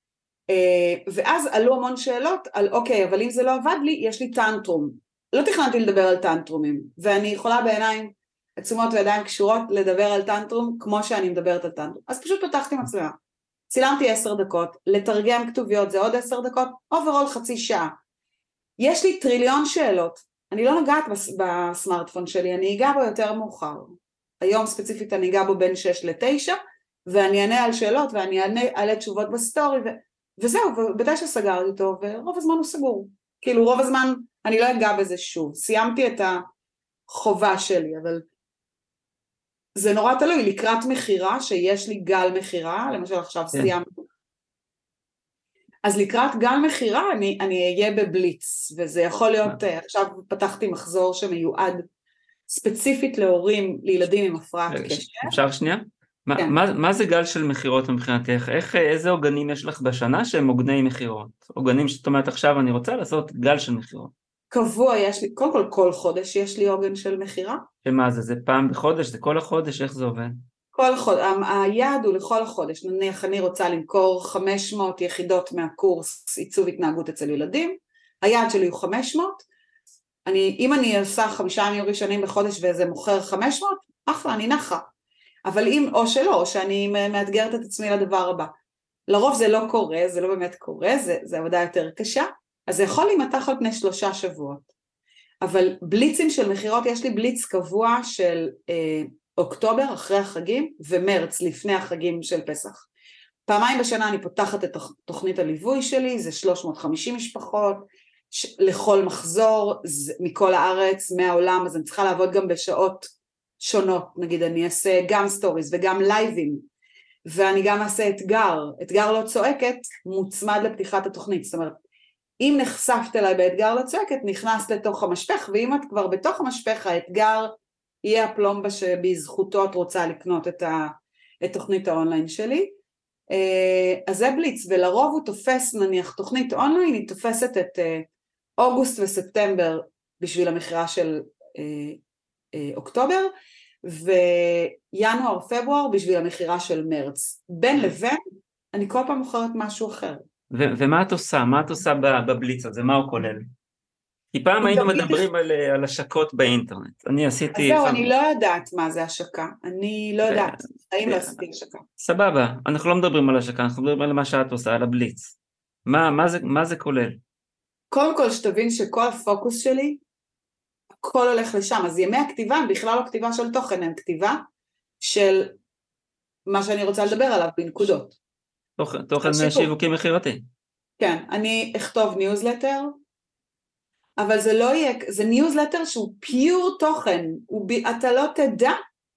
ואז עלו המון שאלות על, אוקיי, אבל אם זה לא עבד לי, יש לי טנטרום. לא תכננתי לדבר על טנטרומים, ואני יכולה בעיניים עצומות וידיים קשורות לדבר על טנטרום, כמו שאני מדברת על טנטרום. אז פשוט פתחתי מצלמה. צילמתי עשר דקות, לתרגם כתוביות זה עוד עשר דקות, אוברול חצי שעה. יש לי טריליון שאלות, אני לא נגעת בסמארטפון שלי, אני אגע בו יותר מאוחר. היום ספציפית אני אגע בו בין שש לתשע, ואני אענה על שאלות, ואני אענה על תשובות בסטורי, ו... וזהו, ובתשע סגרתי אותו, ורוב הזמן הוא סגור. כאילו רוב הזמן אני לא אגע בזה שוב, סיימתי את החובה שלי, אבל זה נורא תלוי, לקראת מחירה, שיש לי גל מחירה, למשל עכשיו כן. סיימתי. אז לקראת גל מחירה אני, אני אהיה בבליץ, וזה יכול להיות, עכשיו פתחתי מחזור שמיועד ספציפית להורים, לילדים עם הפרעת קשב. אפשר שנייה? כן. מה, מה, מה זה גל של מחירות מבחינתך? איך, איזה עוגנים יש לך בשנה שהם עוגני מחירות? עוגנים שאת אומרת עכשיו אני רוצה לעשות גל של מחירות. קבוע יש לי, קודם כל כל חודש יש לי עוגן של מחירה. שמה זה? זה פעם בחודש? זה כל החודש? איך זה עובד? כל חודש, היעד הוא לכל החודש, נניח אני רוצה למכור חמש מאות יחידות מהקורס עיצוב התנהגות אצל ילדים, היעד שלי הוא חמש מאות, אני, אם אני עושה חמישה ימים ראשונים בחודש וזה מוכר חמש מאות, אחלה, אני נחה. אבל אם, או שלא, או שאני מאתגרת את עצמי לדבר הבא. לרוב זה לא קורה, זה לא באמת קורה, זה, זה עבודה יותר קשה, אז זה יכול להימתח על פני שלושה שבועות. אבל בליצים של מחירות, יש לי בליץ קבוע של אה, אוקטובר אחרי החגים, ומרץ לפני החגים של פסח. פעמיים בשנה אני פותחת את תוכנית הליווי שלי, זה שלוש מאות וחמישים משפחות, ש- לכל מחזור, זה, מכל הארץ, מהעולם, אז אני צריכה לעבוד גם בשעות שונות, נגיד אני אעשה גם סטוריז וגם לייבים, ואני גם אעשה אתגר, אתגר לא צועקת, מוצמד לפתיחת התוכנית, זאת אומרת, אם נחשפת אליי באתגר לא צועקת, נכנסת לתוך המשפך, ואם את כבר בתוך המשפך, האתגר יהיה הפלומבה שבזכותו את רוצה לקנות את, ה, את תוכנית האונליין שלי, אז זה בליץ, ולרוב הוא תופס, נניח תוכנית אונליין, היא תופסת את אוגוסט וספטמבר בשביל המחירה של אוקטובר, וינואר פברואר בשביל המחירה של מרץ. בין לבין, אני כל פעם מוכרת משהו אחר. ו- ומה את עושה? מה את עושה בבליץ הזה? מה הוא כולל? כי פעם היינו מדברים על, על השקות באינטרנט. אני עשיתי... אז זהו, אני לא יודעת מה זה השקה. אני לא יודעת. האם לא עשיתי השקה? סבבה, אנחנו לא מדברים על השקה, אנחנו מדברים על מה שאת עושה, על הבליץ. מה, מה זה, מה זה כולל? קודם כל, שתבין שכל הפוקוס שלי, הכל הולך לשם. אז ימי הכתיבה הם בכלל לא כתיבה של תוכן, הם כתיבה של מה שאני רוצה לדבר עליו בנקודות. תוכן, תוכן שיווקי מחירתי. כן, אני אכתוב ניוזלטר, אבל זה לא יהיה, זה ניוזלטר שהוא פיור תוכן, הוא, אתה לא תדע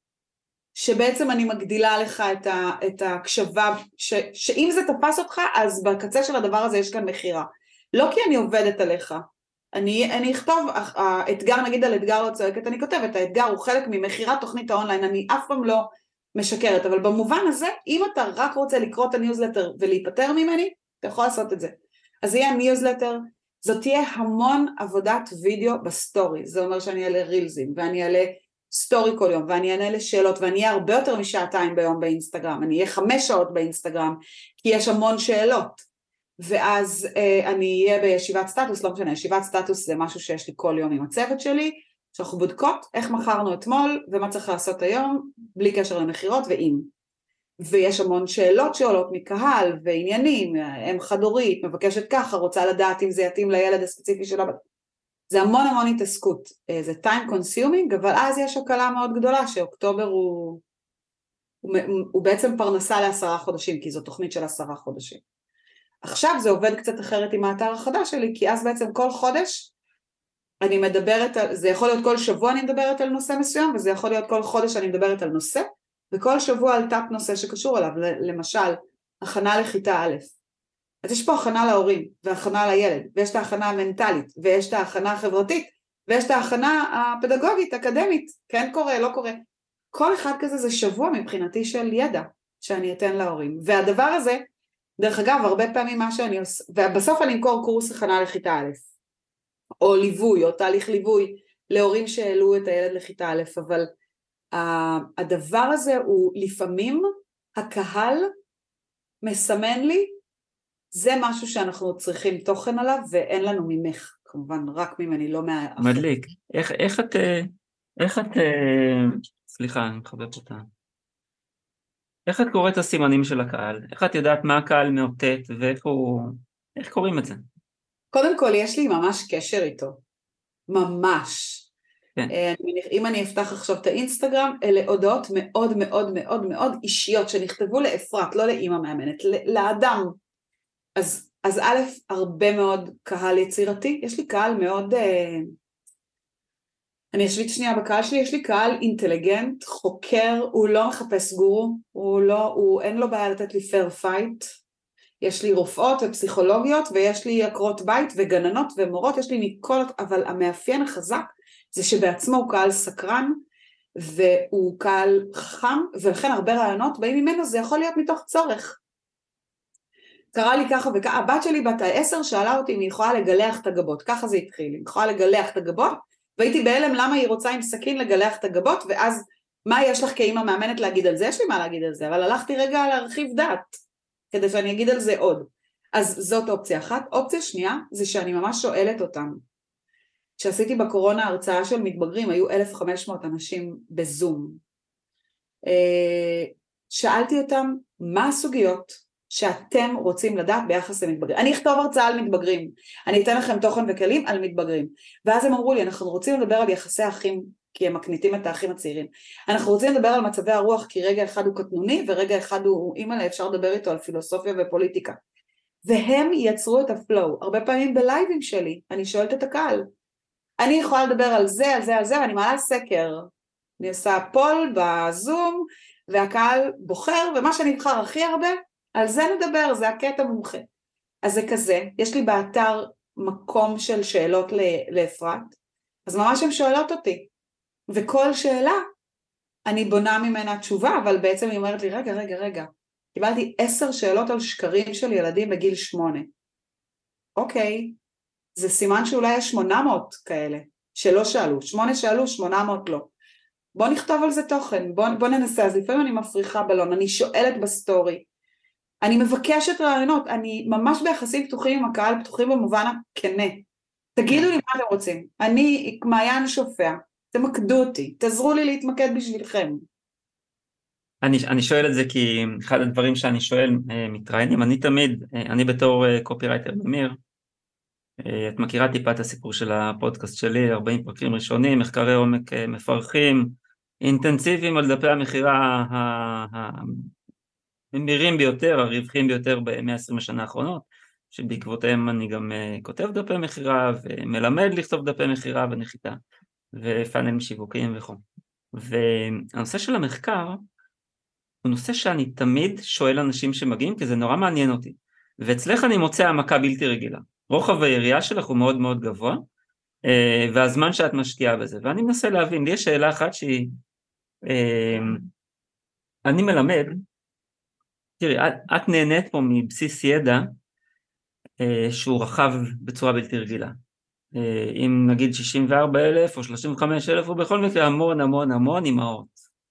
שבעצם אני מגדילה לך את, ה, את ההקשבה, ש, שאם זה תפס אותך, אז בקצה של הדבר הזה יש כאן מחירה. לא כי אני עובדת עליך, אני, אני אכתוב, האתגר, נגיד על אתגר לא צועקת, אני כותבת, האתגר הוא חלק ממחירת תוכנית האונליין, אני אף פעם לא משקרת, אבל במובן הזה, אם אתה רק רוצה לקרוא את הניוזלטר ולהיפטר ממני, אתה יכול לעשות את זה. אז יהיה ניוזלטר, זאת תהיה המון עבודת וידאו בסטורי, זה אומר שאני אעלה רילזים, ואני אעלה סטורי כל יום, ואני אענה לשאלות, ואני אהיה הרבה יותר משעתיים ביום באינסטגרם, אני אהיה חמש שעות באינסטגרם, כי יש המון שאלות, ואז אה, אני אהיה בישיבת סטטוס, לא משנה, ישיבת סטטוס זה משהו שיש לי כל יום עם הצוות שלי, שאנחנו בודקות איך מכרנו אתמול, ומה צריך לעשות היום, בלי קשר למחירות ואם. ויש המון שאלות שעולות מקהל ועניינים, אם חד-הורית, מבקשת ככה, רוצה לדעת אם זה יתאים לילד הספציפי שלה, זה המון המון התעסקות, זה time consuming, אבל אז יש הקלה מאוד גדולה, שאוקטובר הוא, הוא, הוא בעצם פרנסה לעשרה חודשים, כי זו תוכנית של עשרה חודשים. עכשיו זה עובד קצת אחרת עם האתר החדש שלי, כי אז בעצם כל חודש אני מדברת על, זה יכול להיות כל שבוע אני מדברת על נושא מסוים, וזה יכול להיות כל חודש אני מדברת על נושא, וכל שבוע על תת נושא שקשור אליו, למשל, הכנה לכיתה א'. אז יש פה הכנה להורים, והכנה לילד, ויש את ההכנה המנטלית, ויש את ההכנה החברתית, ויש את ההכנה הפדגוגית, אקדמית, כן קורה, לא קורה. כל אחד כזה זה שבוע מבחינתי של ידע, שאני אתן להורים. והדבר הזה, דרך אגב, הרבה פעמים מה שאני עושה, ובסוף אני אמכור קורס הכנה לכיתה א', או ליווי, או תהליך ליווי, להורים שהעלו את הילד לכיתה א', אבל הדבר הזה הוא לפעמים הקהל מסמן לי, זה משהו שאנחנו צריכים תוכן עליו, ואין לנו ממך, כמובן רק ממני, לא מה... מדליק. איך, איך את, איך את, סליחה, אני מחבב אותה. איך את קוראת את הסימנים של הקהל? איך את יודעת מה הקהל מאותת, ואיך הוא, איך קוראים את זה? קודם כל, יש לי ממש קשר איתו. ממש. כן. אם אני אפתח עכשיו את האינסטגרם, אלה הודעות מאוד מאוד מאוד מאוד אישיות, שנכתבו לאפרת, לא לאמא מאמנת, לאדם. אז, אז א', הרבה מאוד קהל יצירתי, יש לי קהל מאוד, אה, אני אשווית שנייה בקהל שלי, יש לי קהל אינטליגנט, חוקר, הוא לא מחפש גורו, הוא לא, הוא, אין לו בעיה לתת לי פייר פייט, יש לי רופאות ופסיכולוגיות, ויש לי עקרות בית וגננות ומורות, יש לי מכל, אבל המאפיין החזק, זה שבעצמו הוא קהל סקרן, והוא קהל חכם, ולכן הרבה רעיונות באים ממנו, זה יכול להיות מתוך צורך. קרה לי ככה וככה, הבת שלי בת העשר שאלה אותי אם היא יכולה לגלח את הגבות, ככה זה התחיל, היא יכולה לגלח את הגבות, והייתי בהלם למה היא רוצה עם סכין לגלח את הגבות, ואז מה יש לך כאמא מאמנת להגיד על זה? יש לי מה להגיד על זה, אבל הלכתי רגע להרחיב דעת, כדי שאני אגיד על זה עוד. אז זאת אופציה אחת. אופציה שנייה, זה שאני ממש שואלת אותם. כשעשיתי בקורונה הרצאה של מתבגרים, היו אלף וחמש מאות אנשים בזום. שאלתי אותם, מה הסוגיות שאתם רוצים לדעת ביחס למתבגרים? אני אכתוב הרצאה על מתבגרים, אני אתן לכם תוכן וכלים על מתבגרים, ואז הם אמרו לי, אנחנו רוצים לדבר על יחסי האחים, כי הם מקניטים את האחים הצעירים, אנחנו רוצים לדבר על מצבי הרוח, כי רגע אחד הוא קטנוני, ורגע אחד הוא אימא, אפשר לדבר איתו על פילוסופיה ופוליטיקה, והם יצרו את הפלואו. הרבה פעמים בלייבים שלי, אני שואלת את הקהל, אני יכולה לדבר על זה, על זה, על זה, ואני מעלה סקר, אני עושה פול בזום, והקהל בוחר, ומה שנבחר הכי הרבה, על זה נדבר, זה הקטע מומחה. אז זה כזה, יש לי באתר מקום של שאלות לאפרת, אז ממש הן שואלות אותי, וכל שאלה, אני בונה ממנה תשובה, אבל בעצם היא אומרת לי, רגע, רגע, רגע, קיבלתי עשר שאלות על שקרים של ילדים בגיל שמונה. אוקיי, זה סימן שאולי יש שמונה מאות כאלה, שלא שאלו, שמונה שאלו, שמונה מאות לא. בוא נכתוב על זה תוכן, בוא, בוא ננסה, אז לפעמים אני מפריחה בלון, אני שואלת בסטורי, אני מבקשת רעיונות, אני ממש ביחסים פתוחים עם הקהל, פתוחים במובן הכנה, תגידו לי מה אתם רוצים, אני מעיין שופע, תמקדו אותי, תעזרו לי להתמקד בשבילכם. אני, אני שואל את זה כי אחד הדברים שאני שואל מתראיינים, אני תמיד, אני בתור קופירייטר ממיר, את מכירה טיפה את הסיפור של הפודקאסט שלי, ארבעים פרקים ראשונים, מחקרי עומק מפרכים, אינטנסיביים על דפי המחירה הממירים ביותר, הרווחים ביותר ב-מאה ועשרים השנה האחרונות, שבעקבותיהם אני גם כותב דפי מחירה ומלמד לכתוב דפי מחירה ונחיתה, ופאנלים שיווקיים וכו'. והנושא של המחקר הוא נושא שאני תמיד שואל אנשים שמגיעים, כי זה נורא מעניין אותי, ואצלך אני מוצא העמקה בלתי רגילה. רוחב היריעה שלך הוא מאוד מאוד גבוה, והזמן שאת משקיעה בזה, ואני מנסה להבין, לי יש שאלה אחת שהיא, אני מלמד, תראי, את, את נהנית פה מבסיס ידע, שהוא רחב בצורה בלתי רגילה, אם נגיד שישים וארבע אלף או שלושים וחמישה אלף, הוא בכל מקרה המון המון המון אימהות,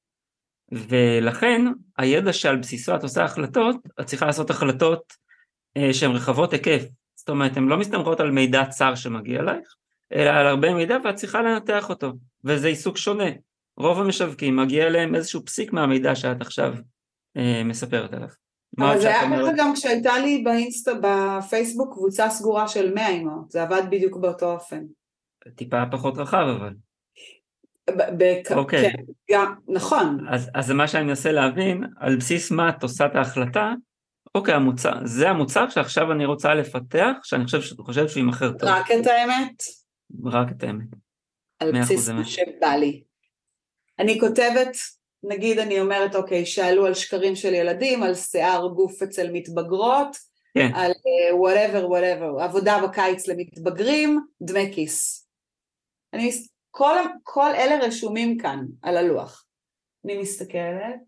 ולכן הידע שעל בסיסו את עושה החלטות, את צריכה לעשות החלטות שהן רחבות היקף, זאת אומרת, הן לא מסתמכות על מידע צר שמגיע אלייך, אלא על הרבה מידע ואת צריכה לנתח אותו, וזה עיסוק שונה. רוב המשווקים מגיע אליהם איזשהו פסיק מהמידע שאת עכשיו אה, מספרת עליו. אבל זה היה ככה גם כשהייתה לי באינסטה, בפייסבוק קבוצה סגורה של מאה אימהות, זה עבד בדיוק באותו אופן. טיפה פחות רחב אבל. אוקיי. כן, גם, נכון. אז, אז זה מה שאני מנסה להבין, על בסיס מה את עושה את ההחלטה, אוקיי, המוצר, זה המוצר שעכשיו אני רוצה לפתח, שאני חושב שאתה חושב שהוא ימחר טוב. רק את האמת? רק את האמת. על בסיס מה שבא לי. אני כותבת, נגיד אני אומרת, אוקיי, שאלו על שקרים של ילדים, על שיער גוף אצל מתבגרות, כן. על uh, whatever, whatever, עבודה בקיץ למתבגרים, דמי כיס. אני, כל, כל אלה רשומים כאן על הלוח. אני מסתכלת,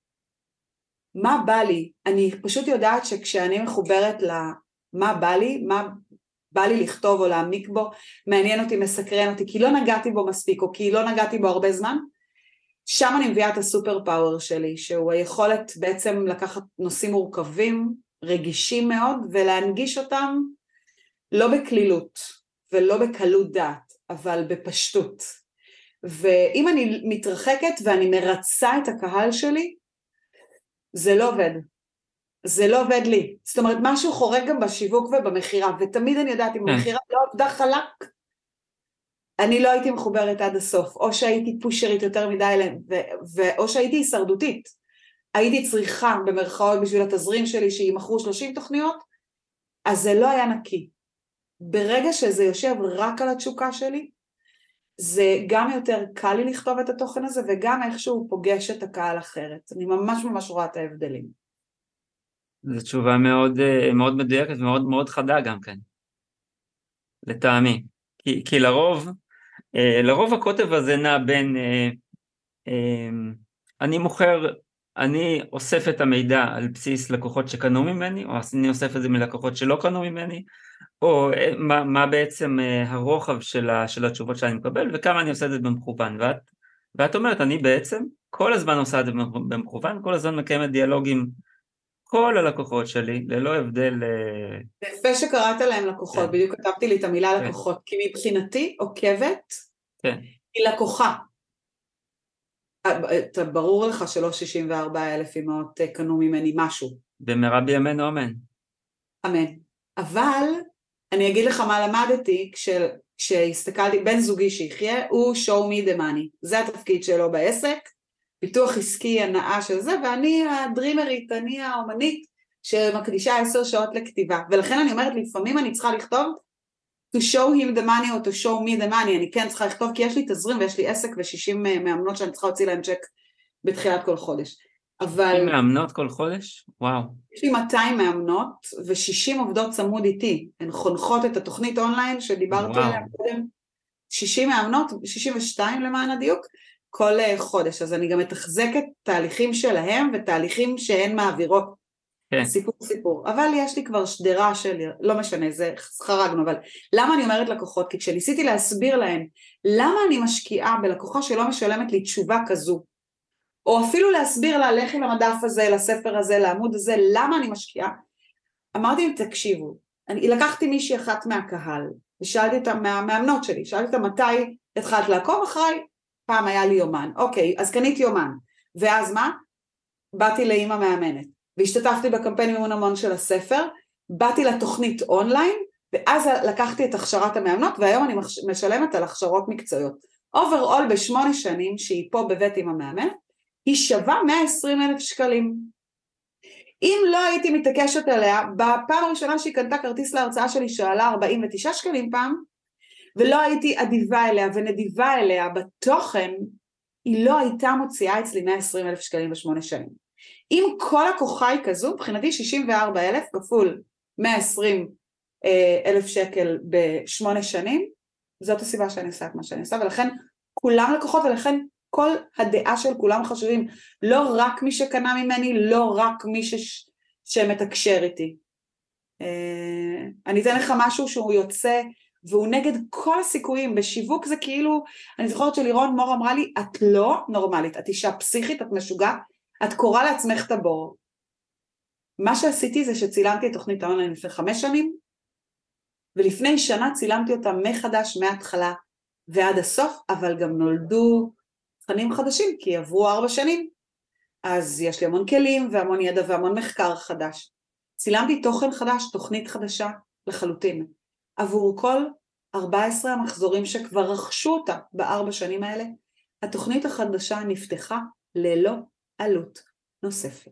מה בא לי? אני פשוט יודעת שכשאני מחוברת למה בא לי, מה בא לי לכתוב או להעמיק בו, מעניין אותי, מסקרן אותי, כי לא נגעתי בו מספיק, או כי לא נגעתי בו הרבה זמן, שם אני מביאה את הסופר פאוור שלי, שהוא היכולת בעצם לקחת נושאים מורכבים, רגישים מאוד, ולהנגיש אותם לא בכלילות, ולא בקלות דעת, אבל בפשטות. ואם אני מתרחקת ואני מרצה את הקהל שלי, זה לא עובד. זה לא עובד לי. זאת אומרת, משהו חורג גם בשיווק ובמחירה, ותמיד אני יודעת, אם המחירה לא עובדה חלק, אני לא הייתי מחוברת עד הסוף, או שהייתי פושרית יותר מדי אליהם, או שהייתי הישרדותית. הייתי צריכה במרכאות בשביל התזרים שלי, שימכרו שלושים תוכניות, אז זה לא היה נקי. ברגע שזה יושב רק על התשוקה שלי, זה גם יותר קל לי לכתוב את התוכן הזה, וגם איכשהו פוגש את הקהל אחרת. אני ממש ממש רואה את ההבדלים. זו תשובה מאוד, מאוד מדויקת ומאוד מאוד חדה גם כן. לטעמי. כי, כי לרוב, לרוב הכותב הזה נע בין, אני מוכר, אני אוסף את המידע על בסיס לקוחות שקנו ממני, או אני אוסף את זה מלקוחות שלא קנו ממני, או מה, מה בעצם הרוחב של, ה, של התשובות שאני מקבל, וכמה אני עושה את זה במכוון. ואת, ואת אומרת, אני בעצם כל הזמן עושה את זה במכוון, כל הזמן מקיימת דיאלוגים כל הלקוחות שלי, ללא הבדל... זה יפה שקראת להם לקוחות, בדיוק כתבתי לי את המילה לקוחות, כי מבחינתי עוקבת היא לקוחה. אתה ברור לך שלא שישים וארבעה אלף אמהות קנו ממני משהו. במהרה בימינו אמן. אמן. אבל אני אגיד לך מה למדתי כש, כשהסתכלתי, בן זוגי שיחיה, הוא show me the money. זה התפקיד שלו בעסק, פיתוח עסקי הנאה של זה, ואני הדרימרית, אני האומנית שמקדישה עשר שעות לכתיבה. ולכן אני אומרת, לפעמים אני צריכה לכתוב to show him the money או to show me the money, אני כן צריכה לכתוב, כי יש לי תזרים ויש לי עסק ו-שישים מאמנות שאני צריכה להוציא להם צ'ק בתחילת כל חודש. אבל... שישים מאמנות כל חודש? וואו. יש לי מאתיים מאמנות ו-שישים עובדות צמוד איתי, הן חונכות את התוכנית אונליין שדיברתי עליה קודם, שישים מאמנות, שישים ושתיים למען הדיוק, כל חודש, אז אני גם מתחזקת תהליכים שלהם ותהליכים שהן מעבירות. כן. סיפור סיפור, אבל יש לי כבר שדרה שלי, לא משנה, זה חרגנו, אבל למה אני אומרת לקוחות? כי כשניסיתי להסביר להם למה אני משקיעה בלקוחה שלא משלמת לי תשובה כזו, או אפילו להסביר לה, לכי למדף הזה, לספר הזה, לעמוד הזה, למה אני משקיעה, אמרתי לי, תקשיבו, אני לקחתי מישהי אחת מהקהל, ושאלתי אותה מהמאמנות שלי, שאלתי אותה מתי התחלת לעקוב אחריי, פעם היה לי יומן, אוקיי, אז קניתי יומן, ואז מה? באתי לאמא מאמנת, והשתתפתי בקמפיין מימון המון של הספר, באתי לתוכנית אונליין, ואז לקחתי את הכשרת המאמנות, והיום אני משלמת על הכשרות מקצועיות. אוברול בשמונה שנים, שהיא פה בבית עם המאמנת, היא שווה מאה ועשרים אלף שקלים. אם לא הייתי מתעקשת עליה, בפעם הראשונה שהיא קנתה כרטיס להרצאה שלי, שעלה ארבעים ותשעה שקלים פעם, ולא הייתי אדיבה אליה ונדיבה אליה בתוכן, היא לא הייתה מוציאה אצלי מאה ועשרים אלף שקלים בשמונה שנים. אם כל הכוחה היא כזו, מבחינתי שישים וארבעה אלף כפול מאה ועשרים אלף שקל בשמונה שנים, זאת הסיבה שאני עושה את מה שאני עושה, ולכן כולם לקוחות, ולכן כל הדעה של כולם חשובים, לא רק מי שקנה ממני, לא רק מי ש... שמתקשר איתי. אני אתן לך משהו שהוא יוצא, והוא נגד כל הסיכויים, בשיווק זה כאילו, אני זוכרת שלירון מור אמרה לי, את לא נורמלית, את אישה פסיכית, את משוגעת, את קורא לעצמך את הבור. מה שעשיתי זה שצילמתי את תוכנית האונליין לפני חמש שנים, ולפני שנה צילמתי אותה מחדש, מההתחלה ועד הסוף, אבל גם נולדו תכנים חדשים, כי עברו ארבע שנים. אז יש לי המון כלים והמון ידע והמון מחקר חדש. צילמתי תוכן חדש, תוכנית חדשה לחלוטין. עבור כל ארבעה עשר המחזורים שכבר רכשו אותה בארבע שנים האלה, התוכנית החדשה נפתחה ללא עלות נוספת.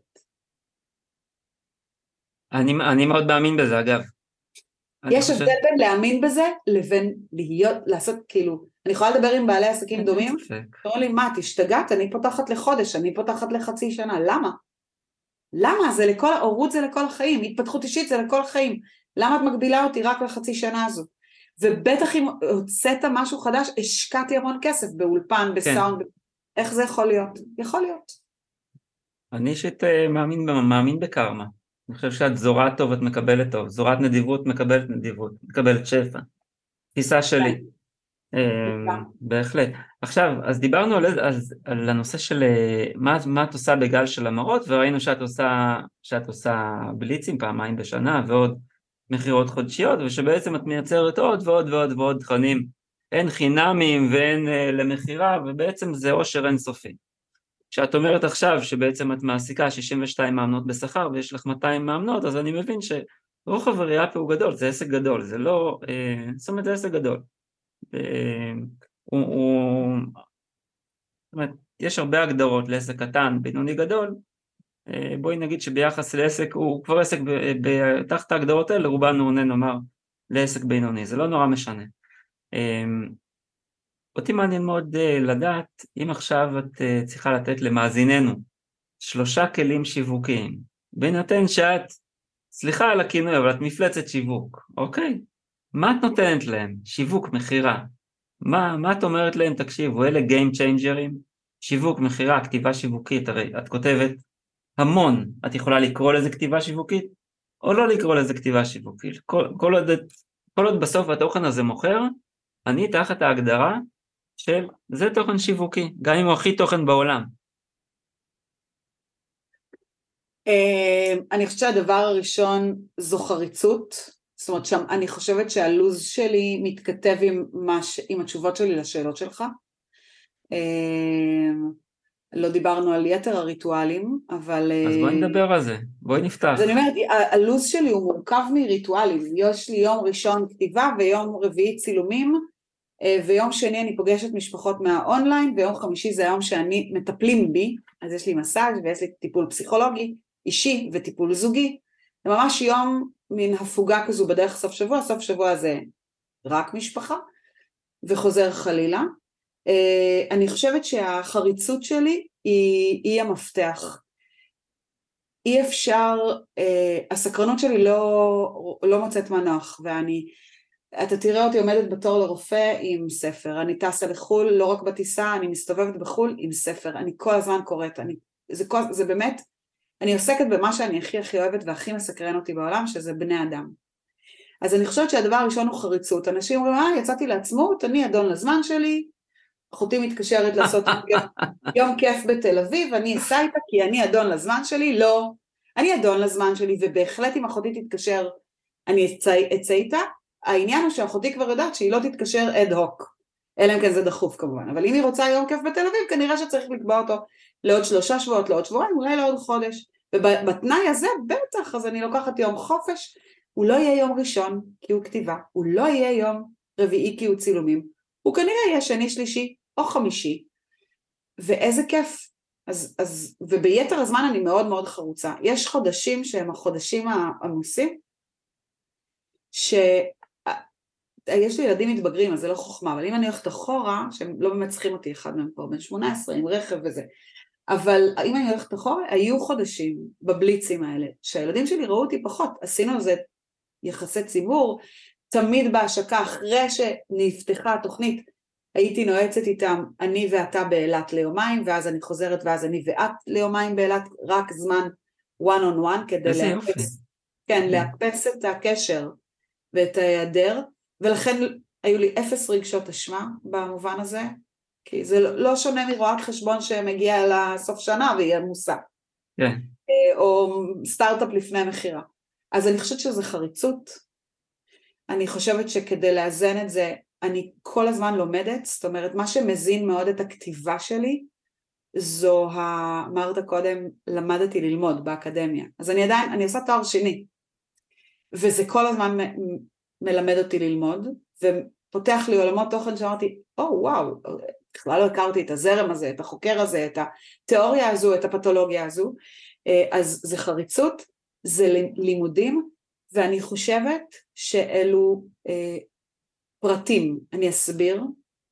אני, אני מאוד מאמין בזה, אגב. יש הבדל חושב... בין להאמין בזה לבין להיות, לעשות כאילו, אני יכולה לדבר עם בעלי עסקים דומים, תראו לי, מה, תשתגעת, אני פותחת לחודש, אני פותחת לחצי שנה, למה? למה? זה לכל, הורות זה לכל החיים, התפתחות אישית זה לכל החיים, למה את מגבילה אותי רק לחצי שנה הזו? ובטח אם הוצאת משהו חדש, השקעתי המון כסף באולפן, בסאונד, כן. איך זה יכול להיות? יכול להיות. אני אישית מאמין, מאמין בקרמה. אני חושב שאת זורעת טוב, את מקבלת טוב. זורעת נדיבות, מקבלת נדיבות. מקבלת שפע. תפיסה שלי. בהחלט. עכשיו, אז דיברנו על, אז, על הנושא של מה, מה את עושה בגל של המראות, וראינו שאת עושה, שאת עושה בליצים פעמיים בשנה, ועוד מחירות חודשיות, ושבעצם את מייצרת עוד ועוד ועוד ועוד תכנים. אין חינמים ואין למחירה, ובעצם זה עושר אינסופי. כשאת אומרת עכשיו שבעצם את מעסיקה שישים ושתיים מאמנות בשכר ויש לך מאתיים מאמנות, אז אני מבין שרוחב הראייה פה הוא גדול, זה עסק גדול, זה לא, זאת אומרת זה עסק גדול. הוא, הוא, זאת אומרת, יש הרבה הגדרות לעסק קטן, בינוני גדול, בואי נגיד שביחס לעסק, הוא כבר עסק תחת ההגדרות האלה, רובן נעונה נאמר לעסק בינוני, זה לא נורא משנה. אותי מעניין מאוד לדעת, אם עכשיו את צריכה לתת למאזיננו שלושה כלים שיווקיים, בהינתן שאת, סליחה על הכינוי, אבל את מפלצת שיווק, אוקיי? מה את נותנת להם? שיווק, מחירה. מה, מה את אומרת להם? תקשיבו, אלה game changer'ים, שיווק, מחירה, כתיבה שיווקית, הרי את כותבת המון, את יכולה לקרוא לזה כתיבה שיווקית, או לא לקרוא לזה כתיבה שיווקית. כל, כל, עוד, כל עוד בסוף התוכן הזה מוכר, אני תחת ההגדרה, של זה תוכן שיווקי, גם אם הוא הכי תוכן בעולם. אני חושבת שהדבר הראשון זו חריצות, זאת אומרת שם אני חושבת שהלוז שלי מתכתב עם, מה, עם התשובות שלי לשאלות שלך. לא דיברנו על יתר הריטואלים, אבל... אז בואי נדבר על זה, בואי נפתח. אז אני אומרת, הלוז שלי הוא מורכב מריטואלים, יש לי יום ראשון כתיבה ויום רביעי צילומים, ויום שני אני פוגשת משפחות מהאונליין, ויום חמישי זה היום שאני מטפלים בי, אז יש לי מסאז' ויש לי טיפול פסיכולוגי, אישי וטיפול זוגי, זה ממש יום מן הפוגה כזו בדרך סוף שבוע, סוף שבוע זה רק משפחה, וחוזר חלילה. אני חושבת שהחריצות שלי היא, היא המפתח. אי אפשר, הסקרנות שלי לא, לא מוצאת מנוח, ואני, אתה תראה אותי עומדת בתור לרופא עם ספר, אני טסה לחול, לא רק בטיסה, אני מסתובבת בחול עם ספר, אני כל הזמן קוראת, אני, זה, כל, זה באמת, אני עוסקת במה שאני הכי הכי אוהבת והכי מסקרן אותי בעולם, שזה בני אדם. אז אני חושבת שהדבר הראשון הוא חריצות, אנשים אומרים, אה, יצאתי לעצמאות, אני אדון לזמן שלי, אחותי מתקשרת לעשות יום כיף בתל אביב, אני אסע איתה כי אני אדון לזמן שלי, לא, אני אדון לזמן שלי, ובהחלט אם אחותי תתקשר, אני אצא איתה, העניין הוא שאחותי כבר יודעת שהיא לא תתקשר אד הוק, אלא אם כן זה דחוף כמובן, אבל אם היא רוצה יום כיף בתל אביב, כנראה שצריך לקבוע אותו לעוד שלושה שבועות, לעוד שבועיים, אולי לעוד חודש, ובתנאי הזה בטח, אז אני לוקחת יום חופש, הוא לא יהיה יום ראשון כי הוא כתיבה, הוא לא יהיה יום רביעי כי הוא צילומים, הוא כנראה יהיה שני שלישי או חמישי, ואיזה כיף, אז, אז, וביתר הזמן אני מאוד מאוד חרוצה, יש חודשים שהם החודשים העמוסים, שיש לי ילדים מתבגרים, אז זה לא חוכמה, אבל אם אני הולכת אחורה, שהם לא באמת צריכים אותי, אחד מהם פה בן שמונה עשרה עם רכב וזה, אבל אם אני הולכת אחורה, היו חודשים בבליצים האלה, שהילדים שלי ראו אותי פחות, עשינו על זה יחסי ציבור, תמיד בהשקה, אחרי שנפתחה התוכנית, הייתי נועצת איתם, אני ואתה באילת ליומיים, ואז אני חוזרת, ואז אני ואת ליומיים באילת, רק זמן one on one, כדי להקפס, כן, להקפס את הקשר ואת ההיעדר, ולכן היו לי אפס רגשות אשמה במובן הזה, כי זה לא שונה מרואת חשבון שמגיע לסוף שנה והיא עמוסה, כן. או סטארט-אפ לפני מחירה. אז אני חושבת שזה חריצות, אני חושבת שכדי לאזן את זה, אני כל הזמן לומדת, זאת אומרת, מה שמזין מאוד את הכתיבה שלי, זו, אמרת קודם, למדתי ללמוד באקדמיה. אז אני עדיין, אני עושה תואר שני, וזה כל הזמן מ- מלמד אותי ללמוד, ופותח לי עולמות תוכן שאמרתי, או וואו, בכלל לא הכרתי את הזרם הזה, את החוקר הזה, את התיאוריה הזו, את הפתולוגיה הזו, אז זה חריצות, זה לימודים, ואני חושבת שאלו אה, פרטים, אני אסביר.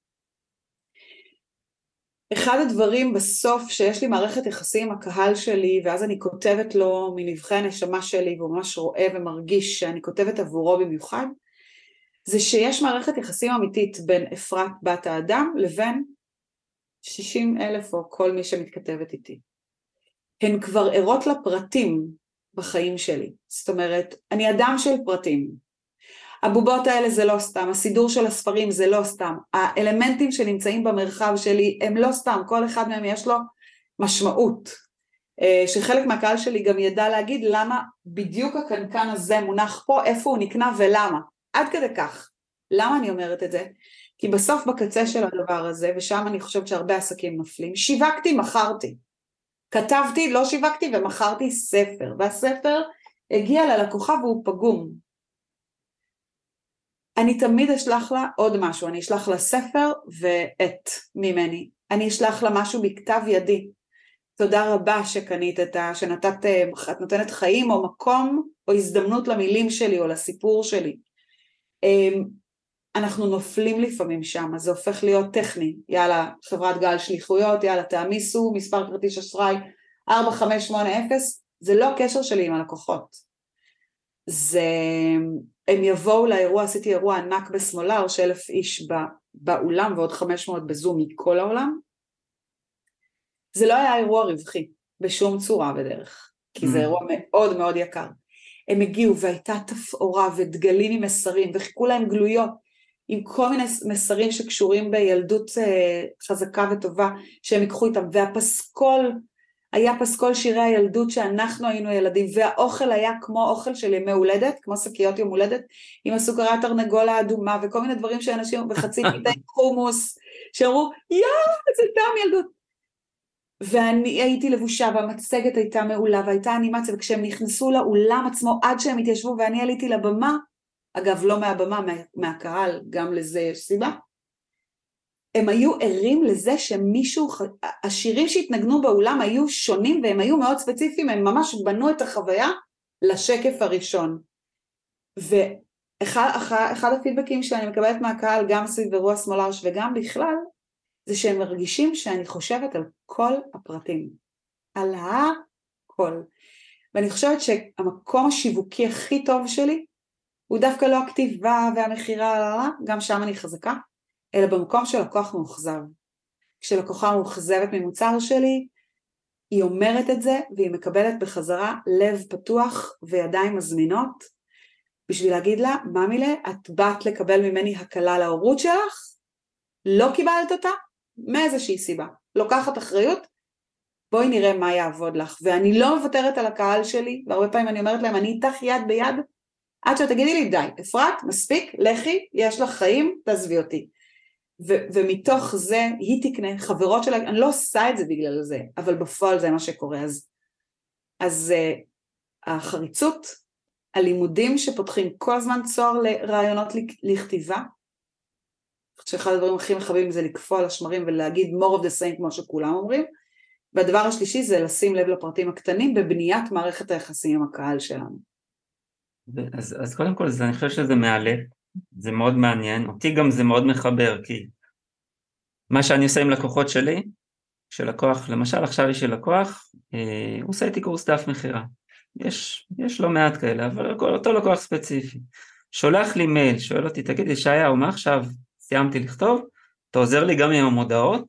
אחד הדברים בסוף שיש לי מערכת יחסים עם הקהל שלי, ואז אני כותבת לו מנבחי הנשמה שלי, והוא ממש רואה ומרגיש שאני כותבת עבורו במיוחד, זה שיש מערכת יחסים אמיתית בין אפרת בת האדם לבין שישים אלף או כל מי שמתכתבת איתי. הן כבר ערות לפרטים בחיים שלי, זאת אומרת, אני אדם של פרטים. הבובות האלה זה לא סתם, הסידור של הספרים זה לא סתם, האלמנטים שנמצאים במרחב שלי הם לא סתם, כל אחד מהם יש לו משמעות, שחלק מהקהל שלי גם ידע להגיד למה בדיוק הקנקן הזה מונח פה, איפה הוא נקנה ולמה, עד כדי כך. למה אני אומרת את זה? כי בסוף בקצה של הדבר הזה, ושם אני חושבת שהרבה עסקים נופלים, שיווקתי, מכרתי. כתבתי, לא שיווקתי ומכרתי ספר, והספר הגיע ללקוחה והוא פגום. אני תמיד אשלח לה עוד משהו, אני אשלח לה ספר ואת ממני, אני אשלח לה משהו בכתב ידי, תודה רבה שקנית את ה... שנתת, את נותנת חיים או מקום או הזדמנות למילים שלי או לסיפור שלי. אנחנו נופלים לפעמים שם, אז זה הופך להיות טכני, יאללה חברת גל שליחויות, יאללה תעמיסו, מספר כרטיס אשראי ארבע חמש שמונה אפס, זה לא קשר שלי עם הלקוחות. זה, הם יבואו לאירוע, עשיתי אירוע ענק בסמולר, שאלף איש בא, באולם ועוד חמש מאות בזום מכל העולם, זה לא היה אירוע רווחי, בשום צורה ודרך, כי זה אירוע מאוד מאוד יקר. הם הגיעו והייתה תפאורה ודגלים עם מסרים, וחיכו להם גלויות, עם כל מיני מסרים שקשורים בילדות חזקה וטובה, שהם ייקחו איתם, והפסקול, היה פסקול שירי הילדות שאנחנו היינו ילדים, והאוכל היה כמו אוכל של ימי הולדת, כמו שקיות יום הולדת, עם הסוכרת תרנגולה האדומה, וכל מיני דברים שאנשים בחצי פיתה חומוס, שאמרו, יאה, זה טעם ילדות. ואני הייתי לבושה, והמצגת הייתה מעולה, והייתה אנימציה, וכשהם נכנסו לאולם עצמו, עד שהם התיישבו, ואני עליתי לבמה, אגב, לא מהבמה, מה, מהקהל, גם לזה יש סיבה, הם היו ערים לזה שמישהו, השירים שהתנגנו באולם היו שונים, והם היו מאוד ספציפיים, הם ממש בנו את החוויה לשקף הראשון. ואחד אחד, אחד הפידבקים שאני מקבלת מהקהל, גם סביב אירוע סמולרש וגם בכלל, זה שהם מרגישים שאני חושבת על כל הפרטים. על הכל. ואני חושבת שהמקום השיווקי הכי טוב שלי, הוא דווקא לא הכתיבה והמחירה, גם שם אני חזקה, אלא במקום שלקוח מאוכזב. כשלקוחה מאוכזבת ממוצר שלי, היא אומרת את זה, והיא מקבלת בחזרה לב פתוח וידיים מזמינות, בשביל להגיד לה, מאמילה, את באת לקבל ממני הקלה להורות שלך, לא קיבלת אותה, מאיזושהי סיבה. לוקחת אחריות, בואי נראה מה יעבוד לך. ואני לא מוותרת על הקהל שלי, והרבה פעמים אני אומרת להם, אני איתך יד ביד, עד שתגידי לי, די, אפרת, מספיק, לכי, יש לך חיים, תעזבי אותי. ו- ומתוך זה, היא תקנה, חברות שלה, אני לא עושה את זה בגלל זה, אבל בפועל זה מה שקורה. אז, אז uh, החריצות, הלימודים שפותחים כל הזמן צוהר לרעיונות לכתיבה, שאחד הדברים הכי מחבים זה לקפוא על השמרים ולהגיד more of the same כמו שכולם אומרים, והדבר השלישי זה לשים לב לפרטים הקטנים בבניית מערכת היחסים עם הקהל שלנו. אז, אז קודם כל זה, אני חושב שזה מעלה, זה מאוד מעניין, אותי גם זה מאוד מחבר, כי מה שאני עושה עם לקוחות שלי, שלקוח, למשל עכשיו יש לי לקוח, אה, הוא עושה איתי קורס דף מחירה, יש, יש לא מעט כאלה, אבל אותו לקוח ספציפי, שולח לי מייל, שואל אותי, תגיד לי שיה, מה עכשיו סיימתי לכתוב, אתה עוזר לי גם עם המודעות?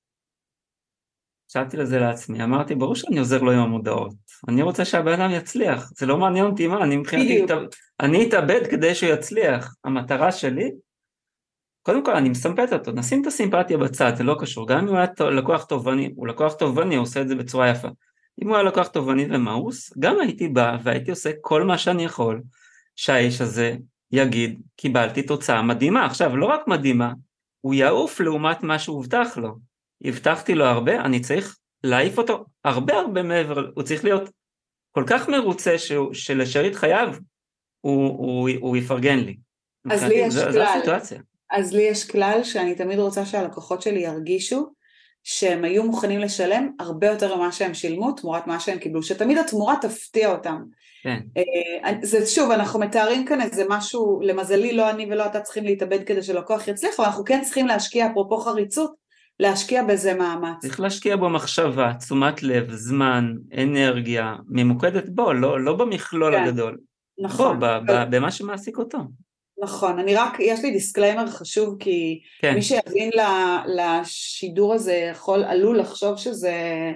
שאלתי לזה לעצמי, אמרתי, ברור שאני עוזר לו עם המודעות, אני רוצה שהבן אדם יצליח, זה לא מעניין אותי מה, אני מבחינתי, אני אתאבד כדי שהוא יצליח, המטרה שלי, קודם כל אני מסמפת אותו, נשים את הסימפתיה בצד, זה לא קשור, גם אם הוא היה לקוח טובני, הוא לקוח טובני, הוא עושה את זה בצורה יפה, אם הוא היה לקוח טובני ומאוס, גם הייתי בא והייתי עושה כל מה שאני יכול, שהאיש הזה יגיד, קיבלתי תוצאה מדהימה, עכשיו לא רק מדהימה, הוא יעוף לעומת מה שהובטח לו, הבטחתי לו הרבה, אני צריך להעיף אותו הרבה הרבה מעבר, הוא צריך להיות כל כך מרוצה שהוא, שלשארית חייו, הוא, הוא, הוא יפרגן לי. אז לי יש זו, כלל, זו הסיטואציה. אז לי יש כלל שאני תמיד רוצה שהלקוחות שלי ירגישו, שהם היו מוכנים לשלם הרבה יותר ממה שהם שילמו, תמורת מה שהם קיבלו, שתמיד התמורה תפתיע אותם. כן. זה שוב, אנחנו מתארים כאן איזה משהו, למזלי לא אני ולא אתה צריכים להתאבד כדי שלקוח יצליח, אבל אנחנו כן צריכים להשקיע, אפרופו חריצות, להשקיע בזה מאמץ. צריך להשקיע בו מחשבה, תשומת לב, זמן, אנרגיה, ממוקדת בו, לא, לא במכלול כן. הגדול. נכון. בו, ב, ב, במה שמעסיק אותו. נכון, אני רק, יש לי דיסקליימר חשוב, כי כן. מי שיבין לשידור הזה יכול, עלול לחשוב שזה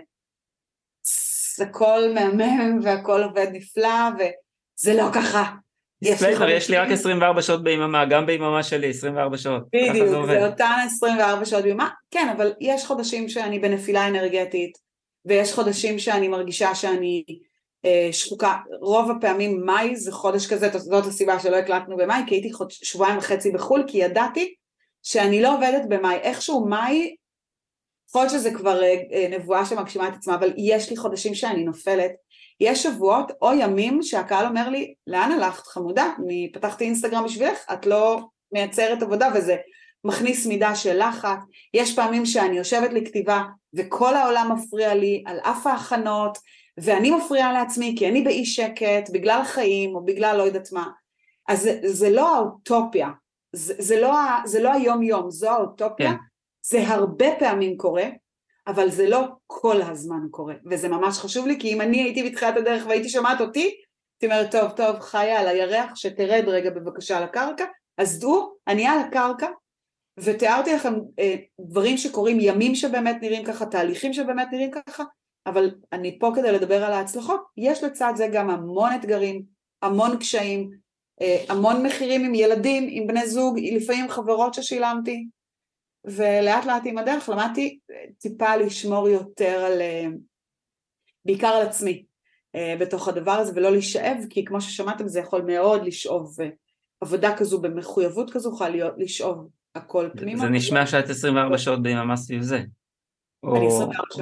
הכל מהמם והכל עובד נפלא, וזה לא ככה. דיסקליימר, יש לי רק עשרים וארבע שעות ביממה, גם ביממה שלי עשרים וארבע שעות. בדיוק, זה, זה אותן עשרים וארבע שעות ביממה, כן, אבל יש חודשים שאני בנפילה אנרגטית, ויש חודשים שאני מרגישה שאני אה, שחוקה, רוב הפעמים מאי זה חודש כזה, זאת הסיבה שלא הקלטנו במאי, כי הייתי חוד, שבועיים וחצי בחול, כי ידעתי שאני לא עובדת במאי, איכשהו מאי, חודש שזה כבר אה, נבואה שמגשימה את עצמה, אבל יש לי חודשים שאני נופלת, יש שבועות או ימים שהקהל אומר לי, לאן הלכת חמודה? אני פתחתי אינסטגרם בשבילך, את לא מייצרת עבודה, וזה מכניס מידה של לחץ. יש פעמים שאני יושבת לכתיבה, וכל העולם מפריע לי על אף ההכנות, ואני מפריעה לעצמי, כי אני באי שקט, בגלל החיים, או בגלל לא יודעת מה. אז זה, זה לא האוטופיה, זה, זה, לא, זה לא היום יום, זו האוטופיה, כן. זה הרבה פעמים קורה, אבל זה לא כל הזמן קורה, וזה ממש חשוב לי, כי אם אני הייתי בתחילת הדרך והייתי שומעת אותי, הייתי אומרת, טוב, טוב, חיה על הירח, שתרד רגע בבקשה על הקרקע, אז דעו, אני על הקרקע, ותיארתי לכם אה, דברים שקורים, ימים שבאמת נראים ככה, תהליכים שבאמת נראים ככה, אבל אני פה כדי לדבר על ההצלחות, יש לצד זה גם המון אתגרים, המון קשיים, אה, המון מחירים עם ילדים, עם בני זוג, לפעמים חברות ששילמתי, ולאט לאט עם הדרך למדתי טיפה לשמור יותר על, בעיקר על עצמי בתוך הדבר הזה, ולא להישאב, כי כמו ששמעתם זה יכול מאוד לשאוב, עבודה כזו במחויבות כזו יכולה להיות לשאוב הכל פנימה. זה נשמע שאת עשרים וארבע שעות ביממה סביב זה. אני עשרים וארבע שעות.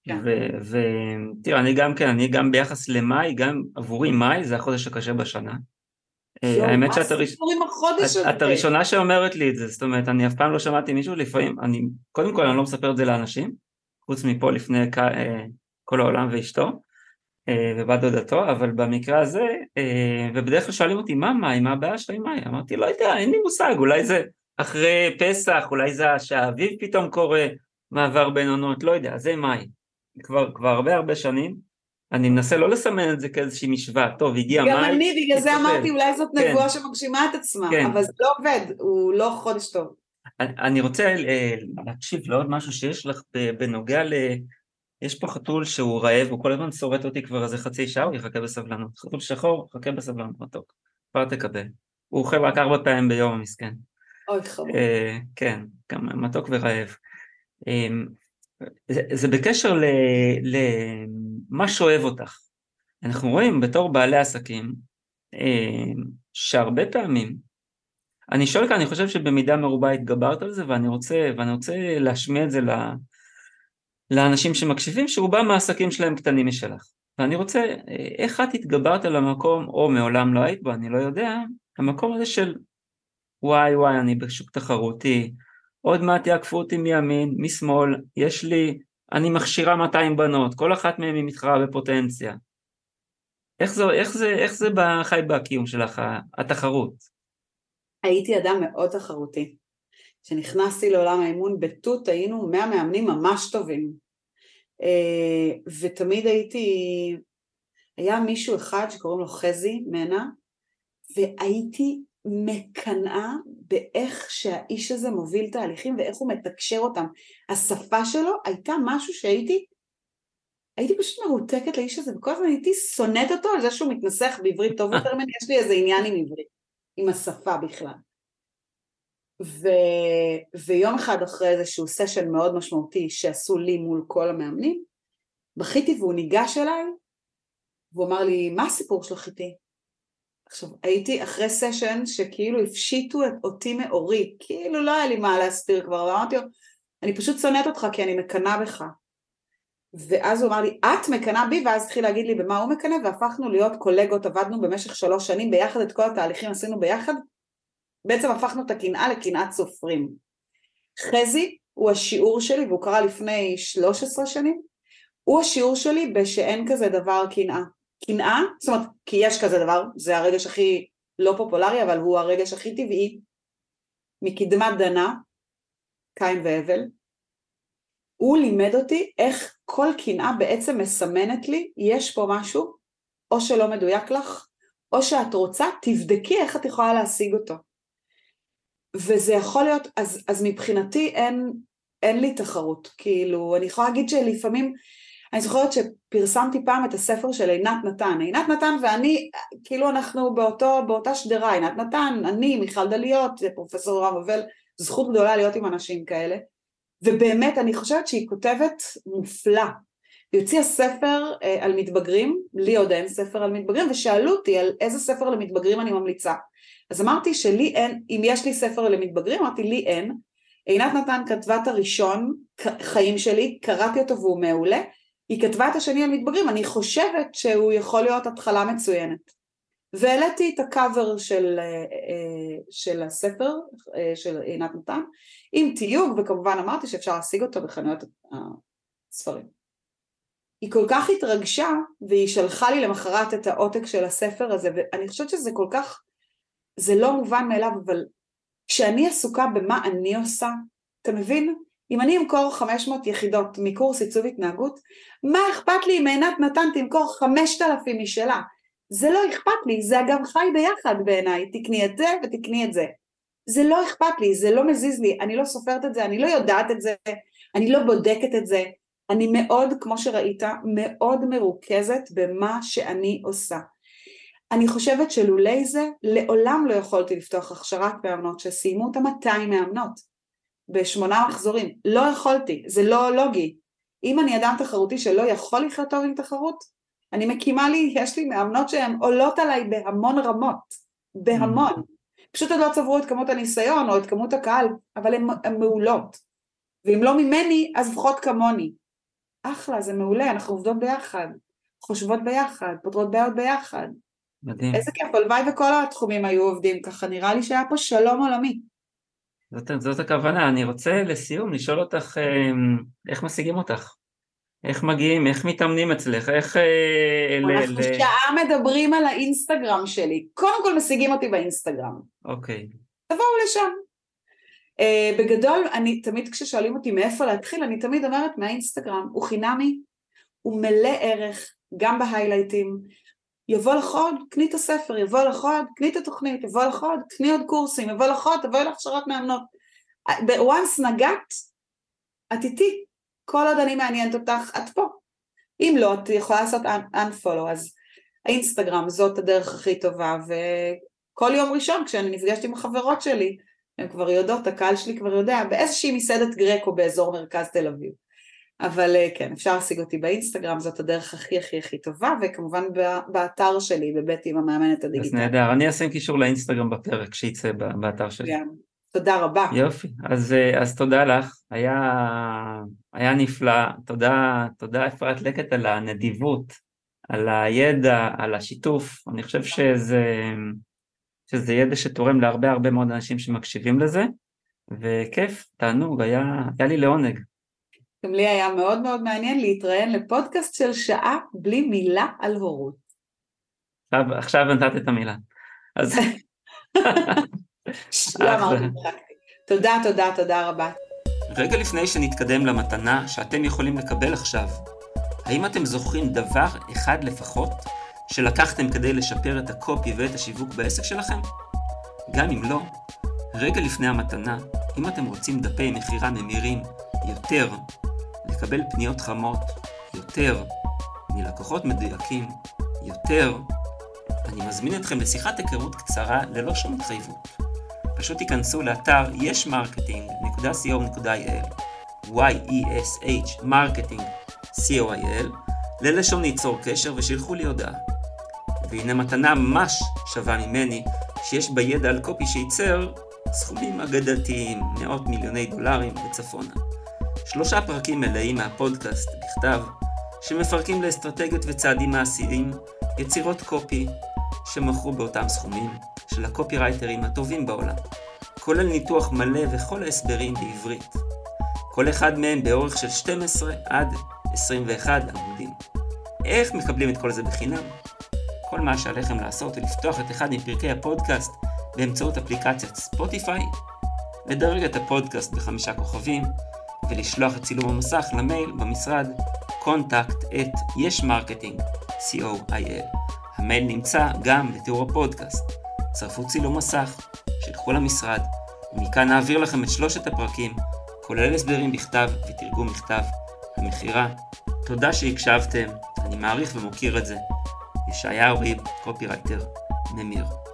ותראה, אני גם כן, אני גם ביחס למאי, גם עבורי מאי זה החודש הקשה בשנה. האמת שאת הראשונה הראשונה שאומרת לי את זה, זאת אומרת, אני אף פעם לא שמעתי מישהו, לפעמים, אני, קודם כל אני לא מספר את זה לאנשים, חוץ מפה לפני כל העולם ואשתו, ובת דודתו, אבל במקרה הזה, ובדרך כלל שואלים אותי, מה מאי, מה הבעיה שלי מאי? אמרתי, לא יודע, אין לי מושג, אולי זה אחרי פסח, אולי זה שהאביב פתאום קורה, מעבר בין עונות, לא יודע, זה מאי. כבר, כבר הרבה הרבה שנים, אני מנסה לא לסמן את זה כאיזושהי משוואה, טוב, הגיע מאי. גם אני, בגלל זה אמרתי, אולי זאת נבואה שמגשימה את עצמה, אבל זה לא עובד, הוא לא חודש טוב. אני רוצה להקשיב לעוד משהו שיש לך בנוגע ל... יש פה חתול שהוא רעב, הוא כל הזמן שורט אותי כבר איזה חצי שעה, הוא יחכה בסבלנות. חתול שחור, חכה בסבלנות, מתוק. כבר תקבל. הוא אוכל רק ארבע פעמים ביום, המסכן. אוי, חמור. כן, גם מתוק ורעב. זה בקשר למה שאוהב אותך. אנחנו רואים בתור בעלי עסקים, שהרבה פעמים, אני שואל כאן, אני חושב שבמידה מרובה התגברת על זה, ואני רוצה, ואני רוצה להשמיע את זה לאנשים שמקשיבים, שרובם מהעסקים שלהם קטנים משלך. ואני רוצה, איך את התגברת על המקום, או מעולם לא היית בו, אני לא יודע, המקום הזה של, וואי וואי, אני בשוק תחרותי, עוד מעט יעקפו אותי מימין, משמאל, יש לי, אני מכשירה מאתיים בנות, כל אחת מהן היא מתחרה בפוטנציה. איך זה, איך זה, איך זה בחי בקיום שלך, התחרות? הייתי אדם מאוד תחרותי. כשנכנסתי לעולם האימון בתות, היינו מאה מאמנים ממש טובים. ותמיד הייתי, היה מישהו אחד שקוראים לו חזי מנה, והייתי מקנאה באיך שהאיש הזה מוביל תהליכים ואיך הוא מתקשר אותם. השפה שלו הייתה משהו שהייתי, הייתי פשוט מרותקת לאיש הזה, וכל הזמן הייתי שונאת אותו על זה שהוא מתנסח בעברית טוב יותר ממני, יש לי איזה עניין עם עברית, עם השפה בכלל. ו... ויום אחד אחרי איזשהו סשן מאוד משמעותי שעשו לי מול כל המאמנים, בכיתי והוא ניגש אליי, והוא אמר לי, מה הסיפור שלך איתי? עכשיו, הייתי אחרי סשן שכאילו הפשיטו את אותי מאורי, כאילו לא היה לי מה להסתיר כבר, ואמרתי לו, אני פשוט שונאת אותך כי אני מקנה בך. ואז הוא אמר לי, את מקנה בי, ואז התחיל להגיד לי במה הוא מקנה, והפכנו להיות קולגות, עבדנו במשך שלוש שנים ביחד, את כל התהליכים עשינו ביחד, בעצם הפכנו את הקנאה לקנאת סופרים. חזי הוא השיעור שלי, והוא קרה לפני שלוש עשרה שנים, הוא השיעור שלי בשאין כזה דבר קנאה. קנאה, זאת אומרת, כי יש כזה דבר, זה הרגש הכי לא פופולרי, אבל הוא הרגש הכי טבעי, מקדמת דנה, קין והבל. הוא לימד אותי איך כל קנאה בעצם מסמנת לי, יש פה משהו, או שלא מדויק לך, או שאת רוצה, תבדקי איך את יכולה להשיג אותו. וזה יכול להיות, אז, אז מבחינתי אין, אין לי תחרות, כאילו, אני יכולה להגיד שלפעמים, אני זוכרת שפרסמתי פעם את הספר של עינת נתן, עינת נתן ואני, כאילו אנחנו באותו, באותה שדרה, עינת נתן, אני, מיכל דליות, פרופסור רם אבל, זכות גדולה להיות עם אנשים כאלה, ובאמת אני חושבת שהיא כותבת מופלא, היא הוציאה ספר אה, על מתבגרים, לי עוד אין ספר על מתבגרים, ושאלו אותי על איזה ספר למתבגרים אני ממליצה, אז אמרתי שלי אין, אם יש לי ספר למתבגרים, אמרתי לי אין, עינת נתן כתבה את הראשון, חיים שלי, קראתי אותו והוא מעולה, היא כתבה את השני על מתבגרים, אני חושבת שהוא יכול להיות התחלה מצוינת. והעליתי את הקאבר של, של הספר של עינת נתן, עם תיוג, וכמובן אמרתי שאפשר להשיג אותו בחנויות הספרים. היא כל כך התרגשה, והיא שלחה לי למחרת את העותק של הספר הזה, ואני חושבת שזה כל כך, זה לא מובן מאליו, אבל כשאני עסוקה במה אני עושה, אתה מבין? אם אני אמכור חמש מאות יחידות מקורס עיצוב התנהגות, מה אכפת לי אם עינת נתן תמכור חמשת אלפים משלה? זה לא אכפת לי, זה אגב חי ביחד בעיניי, תקני את זה ותקני את זה. זה לא אכפת לי, זה לא מזיז לי, אני לא סופרת את זה, אני לא יודעת את זה, אני לא בודקת את זה, אני מאוד, כמו שראית, מאוד מרוכזת במה שאני עושה. אני חושבת שלולי זה, לעולם לא יכולתי לפתוח הכשרת מאמנות שסיימו אותה מאתיים מאמנות. בשמונה מחזורים, לא יכולתי, זה לא לוגי. אם אני אדם תחרותי שלא יכול לחיות טוב עם תחרות, אני מקימה לי, יש לי מאמנות שהן עולות עליי בהמון רמות, בהמון. Mm-hmm. פשוט עוד לא צברו את כמות הניסיון או את כמות הקהל, אבל הן מעולות. ואם לא ממני, אז לפחות כמוני. אחלה, זה מעולה, אנחנו עובדות ביחד, חושבות ביחד, פותרות בעיות ביחד. מדהים. איזה כיף, הלוואי וכל התחומים היו עובדים ככה, נראה לי שהיה פה שלום עולמי. זאת, זאת הכוונה. אני רוצה לסיום לשאול אותך, איך משיגים אותך? איך מגיעים, איך מתאמנים אצלך, איך... אנחנו ל... שעה מדברים על האינסטגרם שלי, קודם כל משיגים אותי באינסטגרם. אוקיי. תבואו לשם. Uh, בגדול, אני תמיד כששואלים אותי מאיפה להתחיל, אני תמיד אומרת מהאינסטגרם, הוא חינמי, הוא מלא ערך, גם בהיילייטים, יבוא לך עוד, קני את הספר, יבוא לך עוד, קני את התוכנית, יבוא לך עוד, קני עוד קורסים, יבוא לך עוד, תבואי לך שרת מאמנות. בוואנס נגעת, את איתי, כל עוד אני מעניינת אותך, את פה. אם לא, את יכולה לעשות unfollow, אז האינסטגרם זאת הדרך הכי טובה, וכל יום ראשון כשאני נפגשת עם החברות שלי, הן כבר יודעות, הקהל שלי כבר יודע, באיזושהי מסעדת גרקו באזור מרכז תל אביב. אבל כן, אפשר להשיג אותי באינסטגרם, זאת הדרך הכי הכי הכי טובה, וכמובן באתר שלי, בבית עם המאמנת הדיגיטלית. אז נהדר, אני אשים קישור לאינסטגרם בפרק שיצא באתר שלי. תודה רבה. יופי, אז, אז תודה לך, היה, היה נפלא, תודה, תודה אפרת לקט על הנדיבות, על הידע, על השיתוף, אני חושב שזה... שזה ידע שתורם להרבה הרבה מאוד אנשים שמקשיבים לזה, וכיף, תענוג, היה, היה לי לעונג. גם לי היה מאוד מאוד מעניין להתראיין לפודקאסט של שעה בלי מילה על הורות. עכשיו, עכשיו נתת את המילה. אז... לא אמרתי, תודה, תודה, תודה רבה. רגע לפני שנתקדם למתנה שאתם יכולים לקבל עכשיו, האם אתם זוכרים דבר אחד לפחות שלקחתם כדי לשפר את הקופי ואת השיווק בעסק שלכם? גם אם לא, רגע לפני המתנה, אם אתם רוצים דפי מחירה ממירים יותר, לקבל פניות חמות יותר, מלקוחות מדויקים יותר, אני מזמין אתכם לשיחת היכרות קצרה ללא שום התחייבות. פשוט תיכנסו לאתר יש מרקטינג נקודה סי או נקודה איי אל וואי אי אס אייץ' מרקטינג סי או איי אל ללשון ליצור קשר ושילחו לי הודעה. והנה מתנה ממש שווה ממני, שיש בידע על קופי שייצר סכומים אגדתיים, מאות מיליוני דולרים וצפונה. שלושה פרקים מלאים מהפודקאסט בכתב, שמפרקים לאסטרטגיות וצעדים מעשיים, יצירות קופי שמכרו באותם סכומים של הקופירייטרים הטובים בעולם, כולל ניתוח מלא וכל ההסברים בעברית. כל אחד מהם באורך של שתים עשרה עד עשרים ואחד עמודים. איך מקבלים את כל זה בחינם? כל מה שעליכם לעשות הוא לפתוח את אחד מפרקי הפודקאסט באמצעות אפליקציית ספוטיפיי, לדרג את הפודקאסט בחמישה כוכבים, ולשלוח את צילום המסך למייל במשרד contact at yesmarketing נקודה סי או איי אל. המייל נמצא גם בתיאור הפודקאסט. צרפו צילום מסך, שלחו למשרד, ומכאן נעביר לכם את שלושת הפרקים, כולל הסברים בכתב ותרגום מכתב המחירה. תודה שהקשבתם, אני מעריך ומוקיר את זה. ישעיהו ריב, קופירייטר, ממיר.